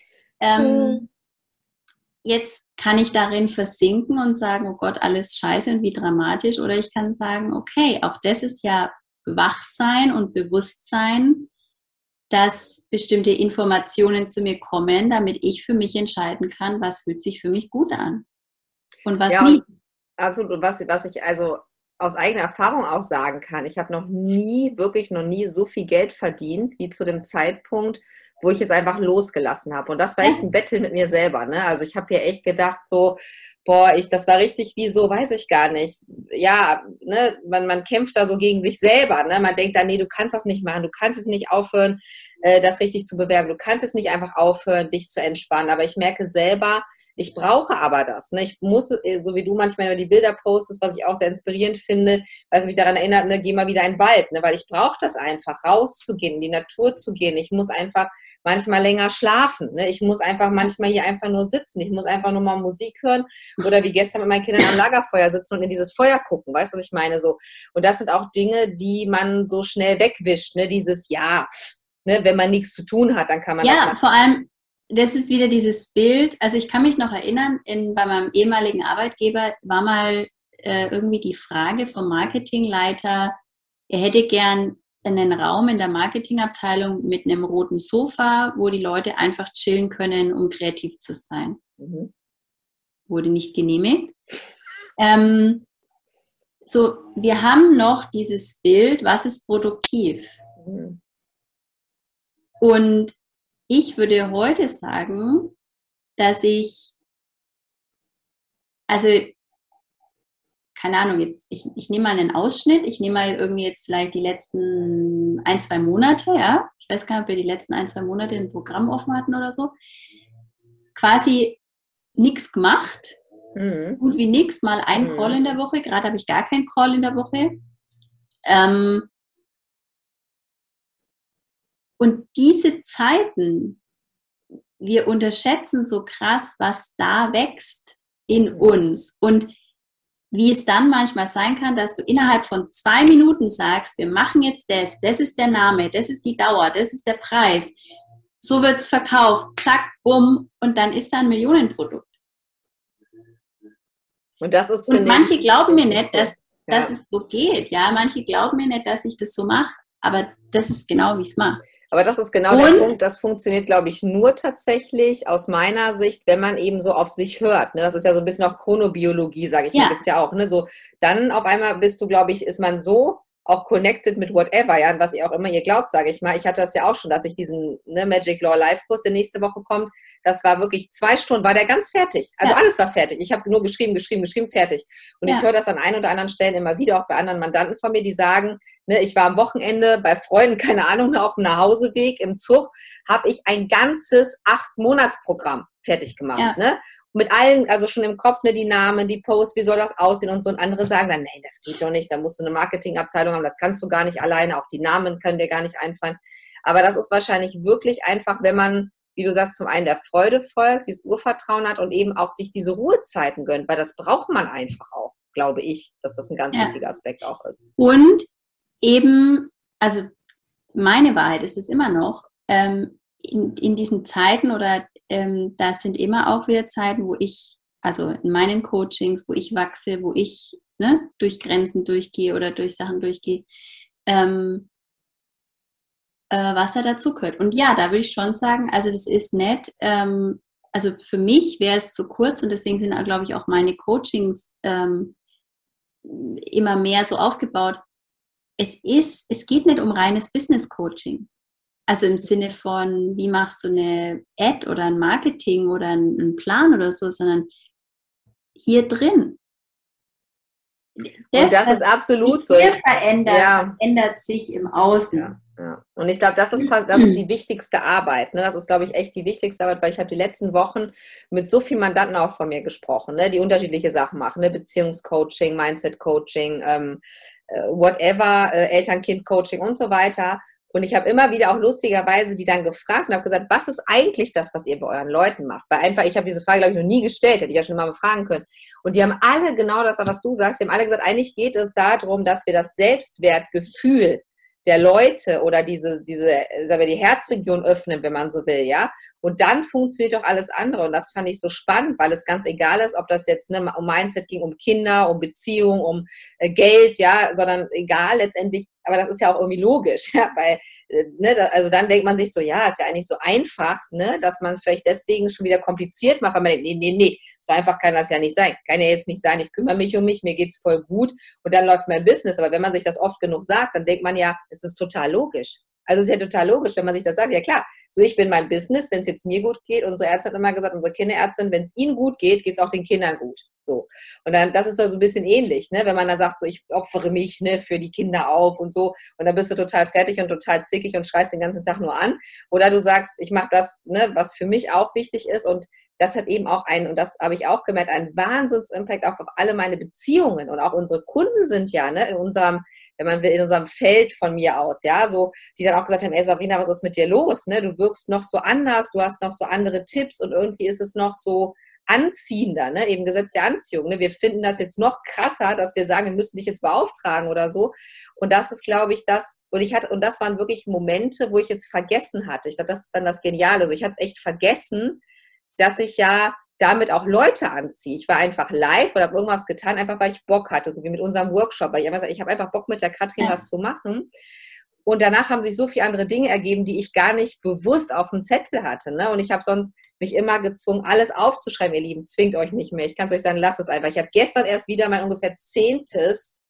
Jetzt kann ich darin versinken und sagen, oh Gott, alles scheiße und wie dramatisch. Oder ich kann sagen, okay, auch das ist ja Wachsein und Bewusstsein, dass bestimmte Informationen zu mir kommen, damit ich für mich entscheiden kann, was fühlt sich für mich gut an und was nicht. Absolut. Und was ich also aus eigener Erfahrung auch sagen kann, ich habe noch nie so viel Geld verdient, wie zu dem Zeitpunkt, wo ich es einfach losgelassen habe. Und das war echt ein Battle mit mir selber. Ne? Also ich habe hier echt gedacht so, boah, das war richtig wie so, weiß ich gar nicht. Ja, ne, man kämpft da so gegen sich selber. Ne? Man denkt dann, nee, du kannst das nicht machen, du kannst es nicht aufhören, das richtig zu bewerben. Du kannst es nicht einfach aufhören, dich zu entspannen. Aber ich merke selber, ich brauche aber das. Ne? Ich muss, so wie du manchmal über die Bilder postest, was ich auch sehr inspirierend finde, weil es mich daran erinnert, ne, geh mal wieder in den Wald. Ne? Weil ich brauche das einfach, rauszugehen, in die Natur zu gehen. Ich muss einfach manchmal länger schlafen. Ne? Ich muss einfach manchmal hier einfach nur sitzen. Ich muss einfach nur mal Musik hören oder wie gestern mit meinen Kindern am Lagerfeuer sitzen und in dieses Feuer gucken. Weißt du, was ich meine? So. Und das sind auch Dinge, die man so schnell wegwischt. Ne? Dieses Ja, ne? Wenn man nichts zu tun hat, dann kann man das machen. Ja, vor allem, das ist wieder dieses Bild. Also ich kann mich noch erinnern, bei meinem ehemaligen Arbeitgeber war mal irgendwie die Frage vom Marketingleiter, er hätte gern einen Raum in der Marketingabteilung mit einem roten Sofa, wo die Leute einfach chillen können, um kreativ zu sein. Wurde nicht genehmigt. Wir haben noch dieses Bild, was ist produktiv? Und ich würde heute sagen, dass keine Ahnung, jetzt, ich nehme mal einen Ausschnitt, ich nehme mal irgendwie jetzt vielleicht die letzten 1-2 Monate, ja, ich weiß gar nicht, ob wir die letzten 1-2 Monate ein Programm offen hatten oder so, quasi nichts gemacht, gut wie nichts, mal ein Call in der Woche, gerade habe ich gar keinen Call in der Woche. Und diese Zeiten, wir unterschätzen so krass, was da wächst in uns und wie es dann manchmal sein kann, dass du innerhalb von 2 Minuten sagst, wir machen jetzt das ist der Name, das ist die Dauer, das ist der Preis, so wird es verkauft, zack, bumm, und dann ist da ein Millionenprodukt. Und das ist, und manche glauben mir nicht, dass es so geht, ja, manche glauben mir nicht, dass ich das so mache, aber das ist genau, wie ich es mache. Aber das ist genau der Punkt, das funktioniert, glaube ich, nur tatsächlich aus meiner Sicht, wenn man eben so auf sich hört. Ne? Das ist ja so ein bisschen auch Chronobiologie, sage ich mal, gibt es ja auch. Ne? So, dann auf einmal bist du, glaube ich, ist man so auch connected mit whatever, ja, was ihr auch immer ihr glaubt, sage ich mal. Ich hatte das ja auch schon, dass ich diesen Magic Law Live-Kurs, der nächste Woche kommt, das war wirklich 2 Stunden, war der ganz fertig. Also alles war fertig. Ich habe nur geschrieben, fertig. Und ich höre das an ein oder anderen Stellen immer wieder, auch bei anderen Mandanten von mir, die sagen, ne, ich war am Wochenende bei Freunden, keine Ahnung, auf dem Nachhauseweg im Zug, habe ich ein ganzes 8-Monats-Programm fertig gemacht. Ne? Mit allen, also schon im Kopf, ne, die Namen, die Posts, wie soll das aussehen und so. Und andere sagen dann, nein, das geht doch nicht, da musst du eine Marketingabteilung haben, das kannst du gar nicht alleine, auch die Namen können dir gar nicht einfallen. Aber das ist wahrscheinlich wirklich einfach, wenn man, wie du sagst, zum einen der Freude folgt, dieses Urvertrauen hat und eben auch sich diese Ruhezeiten gönnt, weil das braucht man einfach auch, glaube ich, dass das ein ganz wichtiger Aspekt auch ist. Und eben, also meine Wahrheit ist es immer noch, in diesen Zeiten oder das sind immer auch wieder Zeiten, wo ich, also in meinen Coachings, wo ich wachse, wo ich durch Grenzen durchgehe oder durch Sachen durchgehe, was da dazu gehört. Und ja, da würde ich schon sagen, also das ist nett, also für mich wäre es zu kurz und deswegen sind, glaube ich, auch meine Coachings immer mehr so aufgebaut. Es geht nicht um reines Business-Coaching. Also im Sinne von, wie machst du eine Ad oder ein Marketing oder einen Plan oder so, sondern hier drin. Das ist absolut so. Verändert sich im Außen. Ja. Und ich glaube, das ist die wichtigste Arbeit. Ne? Das ist, glaube ich, echt die wichtigste Arbeit, weil ich habe die letzten Wochen mit so vielen Mandanten auch von mir gesprochen, ne? Die unterschiedliche Sachen machen, ne? Beziehungscoaching, Mindset-Coaching, whatever, Eltern-Kind-Coaching und so weiter. Und ich habe immer wieder auch lustigerweise die dann gefragt und habe gesagt, was ist eigentlich das, was ihr bei euren Leuten macht? Weil einfach, ich habe diese Frage, glaube ich, noch nie gestellt, hätte ich ja schon mal befragen können. Und die haben alle genau das, was du sagst, die haben alle gesagt, eigentlich geht es darum, dass wir das Selbstwertgefühl der Leute oder die Herzregion öffnen, wenn man so will, ja. Und dann funktioniert auch alles andere. Und das fand ich so spannend, weil es ganz egal ist, ob das jetzt um Mindset ging, um Kinder, um Beziehungen, um Geld, ja, sondern egal letztendlich, aber das ist ja auch irgendwie logisch, ja, weil, also dann denkt man sich so, ja, ist ja eigentlich so einfach, ne, dass man es vielleicht deswegen schon wieder kompliziert macht, weil man denkt, nee, so einfach kann das ja nicht sein. Kann ja jetzt nicht sein, ich kümmere mich um mich, mir geht's voll gut und dann läuft mein Business. Aber wenn man sich das oft genug sagt, dann denkt man ja, es ist total logisch. Also es ist ja total logisch, wenn man sich das sagt, ja klar, so ich bin mein Business, wenn es jetzt mir gut geht, unsere Ärztin hat immer gesagt, unsere Kinderärztin, wenn es ihnen gut geht, geht es auch den Kindern gut. So. Und dann, das ist ja so ein bisschen ähnlich, ne? Wenn man dann sagt, so ich opfere mich, ne, für die Kinder auf und so und dann bist du total fertig und total zickig und schreist den ganzen Tag nur an. Oder du sagst, ich mache das, ne, was für mich auch wichtig ist und das hat eben auch und das habe ich auch gemerkt, einen Wahnsinns-Impact auch auf alle meine Beziehungen und auch unsere Kunden sind ja, ne, in unserem, wenn man will, in unserem Feld von mir aus, ja, so, die dann auch gesagt haben, ey Sabrina, was ist mit dir los, ne, du wirkst noch so anders, du hast noch so andere Tipps und irgendwie ist es noch so anziehender, ne, eben Gesetz der Anziehung, ne, wir finden das jetzt noch krasser, dass wir sagen, wir müssen dich jetzt beauftragen oder so und das ist, glaube ich, das, und das waren wirklich Momente, wo ich es vergessen hatte, ich glaube, das ist dann das Geniale, so, ich hatte es echt vergessen, dass ich ja damit auch Leute anziehe. Ich war einfach live oder habe irgendwas getan, einfach weil ich Bock hatte, so wie mit unserem Workshop. Weil ich habe einfach Bock mit der Katrin was zu machen. Und danach haben sich so viele andere Dinge ergeben, die ich gar nicht bewusst auf dem Zettel hatte. Ne? Und ich habe sonst mich immer gezwungen, alles aufzuschreiben, ihr Lieben. Zwingt euch nicht mehr. Ich kann es euch sagen, lasst es einfach. Ich habe gestern erst wieder mein ungefähr 10.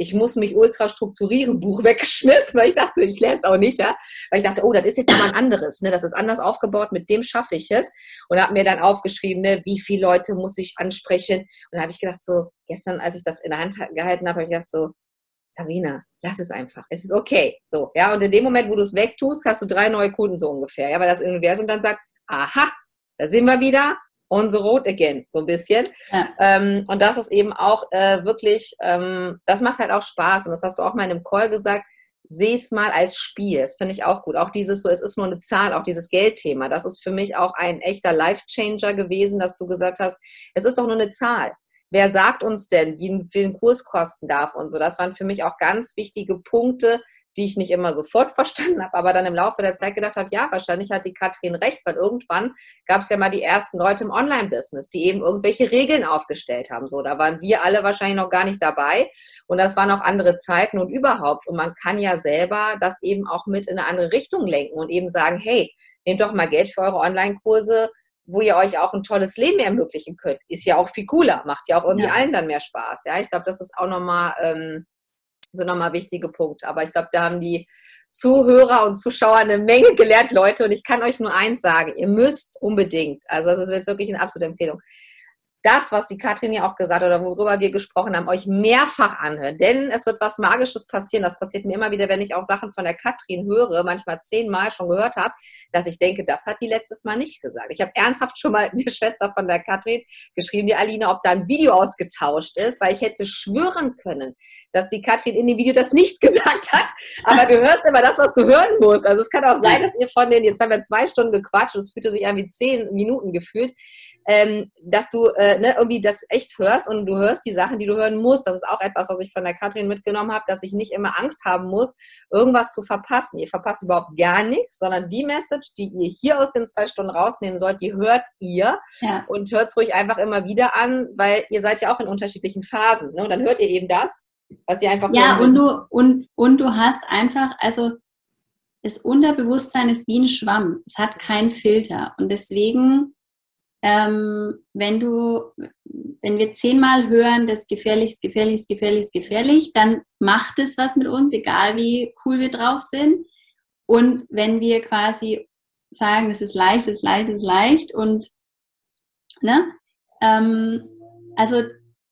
Ich muss mich ultra strukturieren, Buch weggeschmissen, weil ich dachte, ich lerne es auch nicht, ja. Weil ich dachte, oh, das ist jetzt mal ein anderes, ne? Das ist anders aufgebaut, mit dem schaffe ich es. Und habe mir dann aufgeschrieben, ne, wie viele Leute muss ich ansprechen. Und dann habe ich gedacht, so, gestern, als ich das in der Hand gehalten habe, habe ich gedacht, so, Sabrina, lass es einfach. Es ist okay. So, ja. Und in dem Moment, wo du es wegtust, hast du 3 neue Kunden so ungefähr. Ja, weil das Universum dann sagt, aha, da sind wir wieder. On the road again, so ein bisschen. Ja. Und das ist eben auch wirklich, das macht halt auch Spaß. Und das hast du auch mal in einem Call gesagt, seh es mal als Spiel. Das finde ich auch gut. Auch dieses so, es ist nur eine Zahl, auch dieses Geldthema. Das ist für mich auch ein echter Life-Changer gewesen, dass du gesagt hast, es ist doch nur eine Zahl. Wer sagt uns denn, wie viel ein Kurs kosten darf und so? Das waren für mich auch ganz wichtige Punkte, die ich nicht immer sofort verstanden habe, aber dann im Laufe der Zeit gedacht habe, ja, wahrscheinlich hat die Katrin recht, weil irgendwann gab es ja mal die ersten Leute im Online-Business, die eben irgendwelche Regeln aufgestellt haben. So, da waren wir alle wahrscheinlich noch gar nicht dabei und das waren auch andere Zeiten und überhaupt. Und man kann ja selber das eben auch mit in eine andere Richtung lenken und eben sagen, hey, nehmt doch mal Geld für eure Online-Kurse, wo ihr euch auch ein tolles Leben ermöglichen könnt. Ist ja auch viel cooler, macht ja auch irgendwie allen dann mehr Spaß. Ja, ich glaube, das ist auch nochmal sind nochmal wichtige Punkte. Aber ich glaube, da haben die Zuhörer und Zuschauer eine Menge gelernt, Leute. Und ich kann euch nur eins sagen, ihr müsst unbedingt, also das ist jetzt wirklich eine absolute Empfehlung, das, was die Katrin ja auch gesagt hat oder worüber wir gesprochen haben, euch mehrfach anhören. Denn es wird was Magisches passieren. Das passiert mir immer wieder, wenn ich auch Sachen von der Katrin höre, manchmal 10-mal schon gehört habe, dass ich denke, das hat die letztes Mal nicht gesagt. Ich habe ernsthaft schon mal die Schwester von der Katrin geschrieben, die Aline, ob da ein Video ausgetauscht ist, weil ich hätte schwören können, dass die Katrin in dem Video das nicht gesagt hat. Aber du hörst immer das, was du hören musst. Also es kann auch sein, dass ihr von den, jetzt haben wir 2 Stunden gequatscht und es fühlte sich an wie 10 Minuten gefühlt, dass du irgendwie das echt hörst und du hörst die Sachen, die du hören musst. Das ist auch etwas, was ich von der Katrin mitgenommen habe, dass ich nicht immer Angst haben muss, irgendwas zu verpassen. Ihr verpasst überhaupt gar nichts, sondern die Message, die ihr hier aus den 2 Stunden rausnehmen sollt, die hört ihr und hört es ruhig einfach immer wieder an, weil ihr seid ja auch in unterschiedlichen Phasen. Ne? Und dann hört ihr eben das, was ihr einfach und du hast einfach, also das Unterbewusstsein ist wie ein Schwamm. Es hat keinen Filter. Und deswegen wenn wir 10-mal hören, das ist gefährlich, ist gefährlich, ist gefährlich, ist gefährlich, dann macht es was mit uns, egal wie cool wir drauf sind. Und wenn wir quasi sagen, es ist leicht, es ist leicht, es ist leicht und also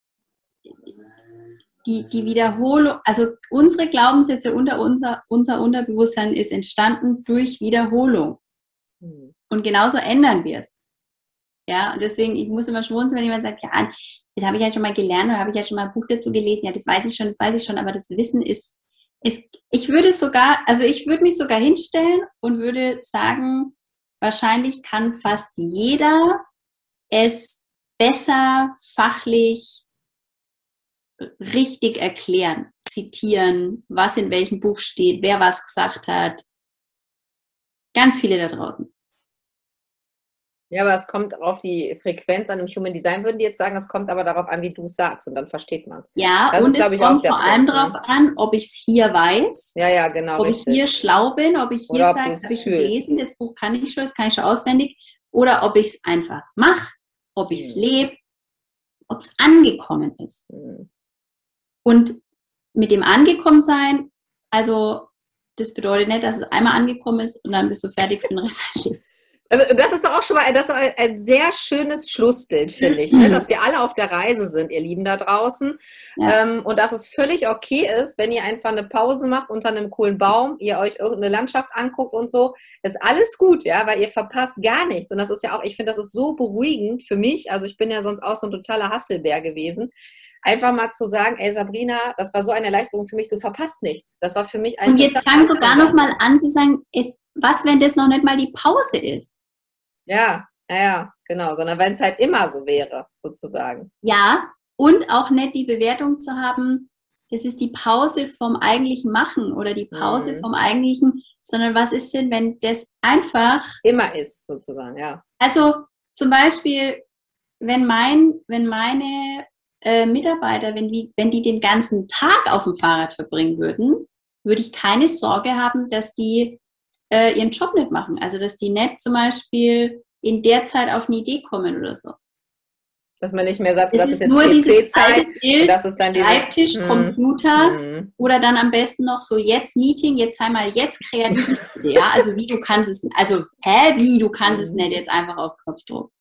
die Wiederholung, also unsere Glaubenssätze unter unser Unterbewusstsein ist entstanden durch Wiederholung. Und genauso ändern wir es. Ja, und deswegen, ich muss immer schmunzeln, wenn jemand sagt, ja, das habe ich ja schon mal gelernt oder habe ich ja schon mal ein Buch dazu gelesen, ja, das weiß ich schon, aber das Wissen ist ich würde mich sogar hinstellen und würde sagen, wahrscheinlich kann fast jeder es besser fachlich richtig erklären, zitieren, was in welchem Buch steht, wer was gesagt hat. Ganz viele da draußen. Ja, aber es kommt auf die Frequenz an dem Human Design, würden die jetzt sagen, es kommt aber darauf an, wie du es sagst und dann versteht man es. Ja, das und ist, es kommt vor allem darauf an, ob ich es hier weiß, ja, genau, ob ich hier schlau bin, ob ich hier sage, das habe ich gelesen, das Buch kann ich schon auswendig, oder ob ich es einfach mache, ob ich es lebe, ob es angekommen ist. Und mit dem Angekommensein, also das bedeutet nicht, dass es einmal angekommen ist und dann bist du fertig für den Rest des Lebens. Also das ist doch auch schon mal ein sehr schönes Schlussbild, finde ich, ne? Dass wir alle auf der Reise sind, ihr Lieben da draußen. Ja. Und dass es völlig okay ist, wenn ihr einfach eine Pause macht unter einem coolen Baum, ihr euch irgendeine Landschaft anguckt und so. Das ist alles gut, ja, weil ihr verpasst gar nichts. Und das ist ja auch, ich finde, das ist so beruhigend für mich. Also ich bin ja sonst auch so ein totaler Hasselbär gewesen. Einfach mal zu sagen, ey Sabrina, das war so eine Erleichterung für mich, du verpasst nichts. Das war für mich ein... Und jetzt fang sogar noch mal an zu sagen, was, wenn das noch nicht mal die Pause ist? Ja, genau, sondern wenn es halt immer so wäre, sozusagen. Ja, und auch nicht die Bewertung zu haben, das ist die Pause vom eigentlichen Machen oder die Pause vom eigentlichen, sondern was ist denn, wenn das einfach... Immer ist, sozusagen, ja. Also zum Beispiel, wenn meine Mitarbeiter, wenn die den ganzen Tag auf dem Fahrrad verbringen würden, würde ich keine Sorge haben, dass die ihren Job nicht machen. Also, dass die nicht zum Beispiel in der Zeit auf eine Idee kommen oder so. Dass man nicht mehr sagt, Es das ist ist jetzt nur dieses PC-Zeit. alte Bild, Das ist dann Schreibtisch, Computer oder dann am besten noch so jetzt Meeting, jetzt sei mal jetzt kreativ. Ja, also wie du kannst es, also wie du kannst es nicht jetzt einfach auf Knopfdruck.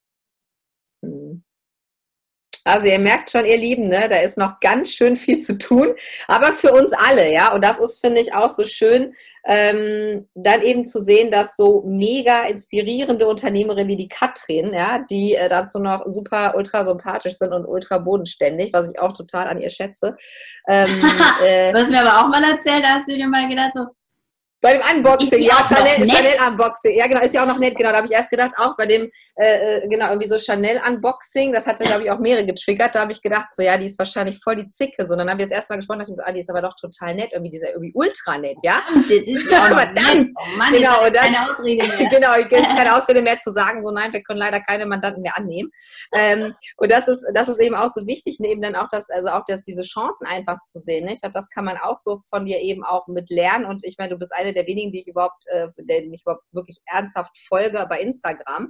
Also ihr merkt schon, ihr Lieben, ne, da ist noch ganz schön viel zu tun, aber für uns alle, ja, und das ist, finde ich, auch so schön, dann eben zu sehen, dass so mega inspirierende Unternehmerinnen wie die Katrin, ja, die dazu noch super ultra sympathisch sind und ultra bodenständig, was ich auch total an ihr schätze. Du hast mir aber auch mal erzählt, da hast du dir mal gedacht, so, bei dem Unboxing, ja, Chanel-Unboxing, ja genau, ist ja auch noch nett, genau, da habe ich erst gedacht, auch bei dem, genau, irgendwie so Chanel-Unboxing, das hatte, glaube ich, auch mehrere getriggert, da habe ich gedacht, so, ja, die ist wahrscheinlich voll die Zicke, so, dann haben wir das erste Mal gesprochen, dachte ich so, die ist aber doch total nett, irgendwie, die ist ja irgendwie ultra nett, ja? Das ist ja aber dann, oh Mann, genau, und das, keine Ausrede mehr. Genau, ich gibt keine Ausrede mehr zu sagen, so, nein, wir können leider keine Mandanten mehr annehmen, und das ist eben auch so wichtig, eben dann auch diese Chancen einfach zu sehen, ne? Ich glaube, das kann man auch so von dir eben auch mit lernen, und ich meine, du bist eine der wenigen, denen ich überhaupt wirklich ernsthaft folge bei Instagram,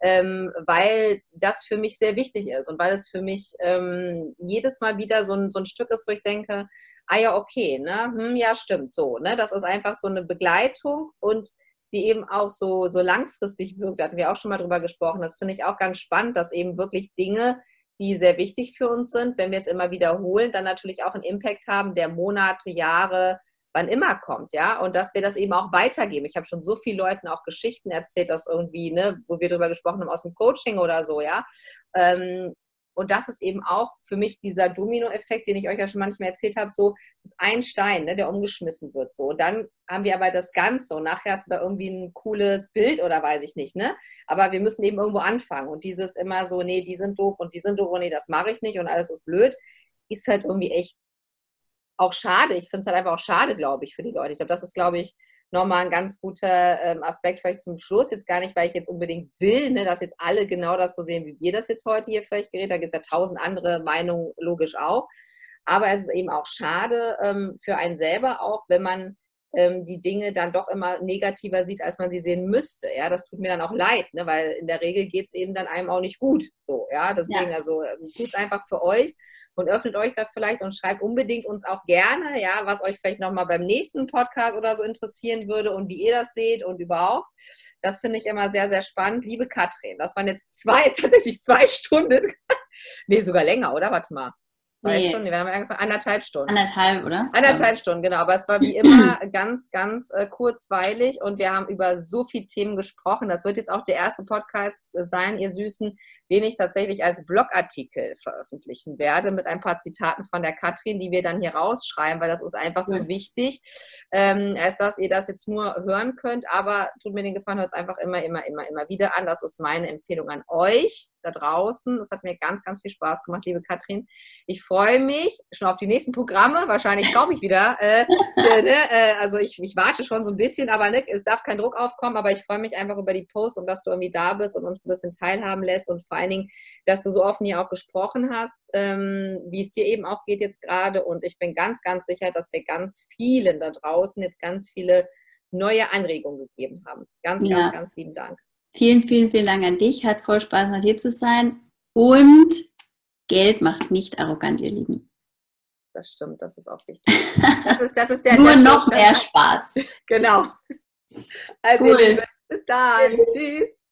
weil das für mich sehr wichtig ist und weil es für mich jedes Mal wieder so ein Stück ist, wo ich denke, ah ja, okay, ne, ja, stimmt, so, ne, das ist einfach so eine Begleitung und die eben auch so langfristig wirkt, da hatten wir auch schon mal drüber gesprochen, das finde ich auch ganz spannend, dass eben wirklich Dinge, die sehr wichtig für uns sind, wenn wir es immer wiederholen, dann natürlich auch einen Impact haben, der Monate, Jahre, wann immer kommt, ja, und dass wir das eben auch weitergeben. Ich habe schon so vielen Leuten auch Geschichten erzählt, aus irgendwie, ne, wo wir drüber gesprochen haben, aus dem Coaching oder so, ja, und das ist eben auch für mich dieser Dominoeffekt, den ich euch ja schon manchmal erzählt habe, so, es ist ein Stein, ne, der umgeschmissen wird, so, und dann haben wir aber das Ganze und nachher hast du da irgendwie ein cooles Bild oder weiß ich nicht, ne, aber wir müssen eben irgendwo anfangen und dieses immer so, nee, die sind doof und nee, das mache ich nicht und alles ist blöd, ist halt irgendwie echt auch schade. Ich finde es halt einfach auch schade, glaube ich, für die Leute. Ich glaube, das ist, glaube ich, nochmal ein ganz guter Aspekt vielleicht zum Schluss. Jetzt gar nicht, weil ich jetzt unbedingt will, ne, dass jetzt alle genau das so sehen, wie wir das jetzt heute hier vielleicht geredet. Da gibt es ja 1000 andere Meinungen, logisch auch. Aber es ist eben auch schade für einen selber auch, wenn man die Dinge dann doch immer negativer sieht, als man sie sehen müsste. Ja, das tut mir dann auch leid, ne, weil in der Regel geht es eben dann einem auch nicht gut. So, ja, deswegen, also tut es einfach für euch. Und öffnet euch da vielleicht und schreibt unbedingt uns auch gerne, ja, was euch vielleicht nochmal beim nächsten Podcast oder so interessieren würde und wie ihr das seht und überhaupt. Das finde ich immer sehr, sehr spannend. Liebe Katrin, das waren jetzt tatsächlich 2 Stunden. Nee, sogar länger, oder? Warte mal. 2 Stunden, wir haben angefangen, 1,5 Stunden. 1,5, oder? 1,5 Stunden, genau. Aber es war wie immer ganz, ganz kurzweilig und wir haben über so viele Themen gesprochen. Das wird jetzt auch der erste Podcast sein, ihr Süßen, den ich tatsächlich als Blogartikel veröffentlichen werde mit ein paar Zitaten von der Katrin, die wir dann hier rausschreiben, weil das ist einfach zu wichtig, als dass ihr das jetzt nur hören könnt. Aber tut mir den Gefallen, hört es einfach immer wieder an. Das ist meine Empfehlung an euch da draußen. Das hat mir ganz, ganz viel Spaß gemacht, liebe Katrin. Ich freue mich schon auf die nächsten Programme. Wahrscheinlich kaufe ich wieder. Also ich warte schon so ein bisschen, aber ne, es darf kein Druck aufkommen. Aber ich freue mich einfach über die Posts und dass du irgendwie da bist und uns ein bisschen teilhaben lässt und vor allen Dingen, dass du so offen hier auch gesprochen hast, wie es dir eben auch geht jetzt gerade. Und ich bin ganz, ganz sicher, dass wir ganz vielen da draußen jetzt ganz viele neue Anregungen gegeben haben. Ganz, ganz, ganz lieben Dank. Vielen, vielen, vielen Dank an dich. Hat voll Spaß, mit hier zu sein. Und Geld macht nicht arrogant, ihr Lieben. Das stimmt, das ist auch wichtig. Das ist Nur noch mehr Spaß. Genau. Also, cool. Bis dann. Tschüss.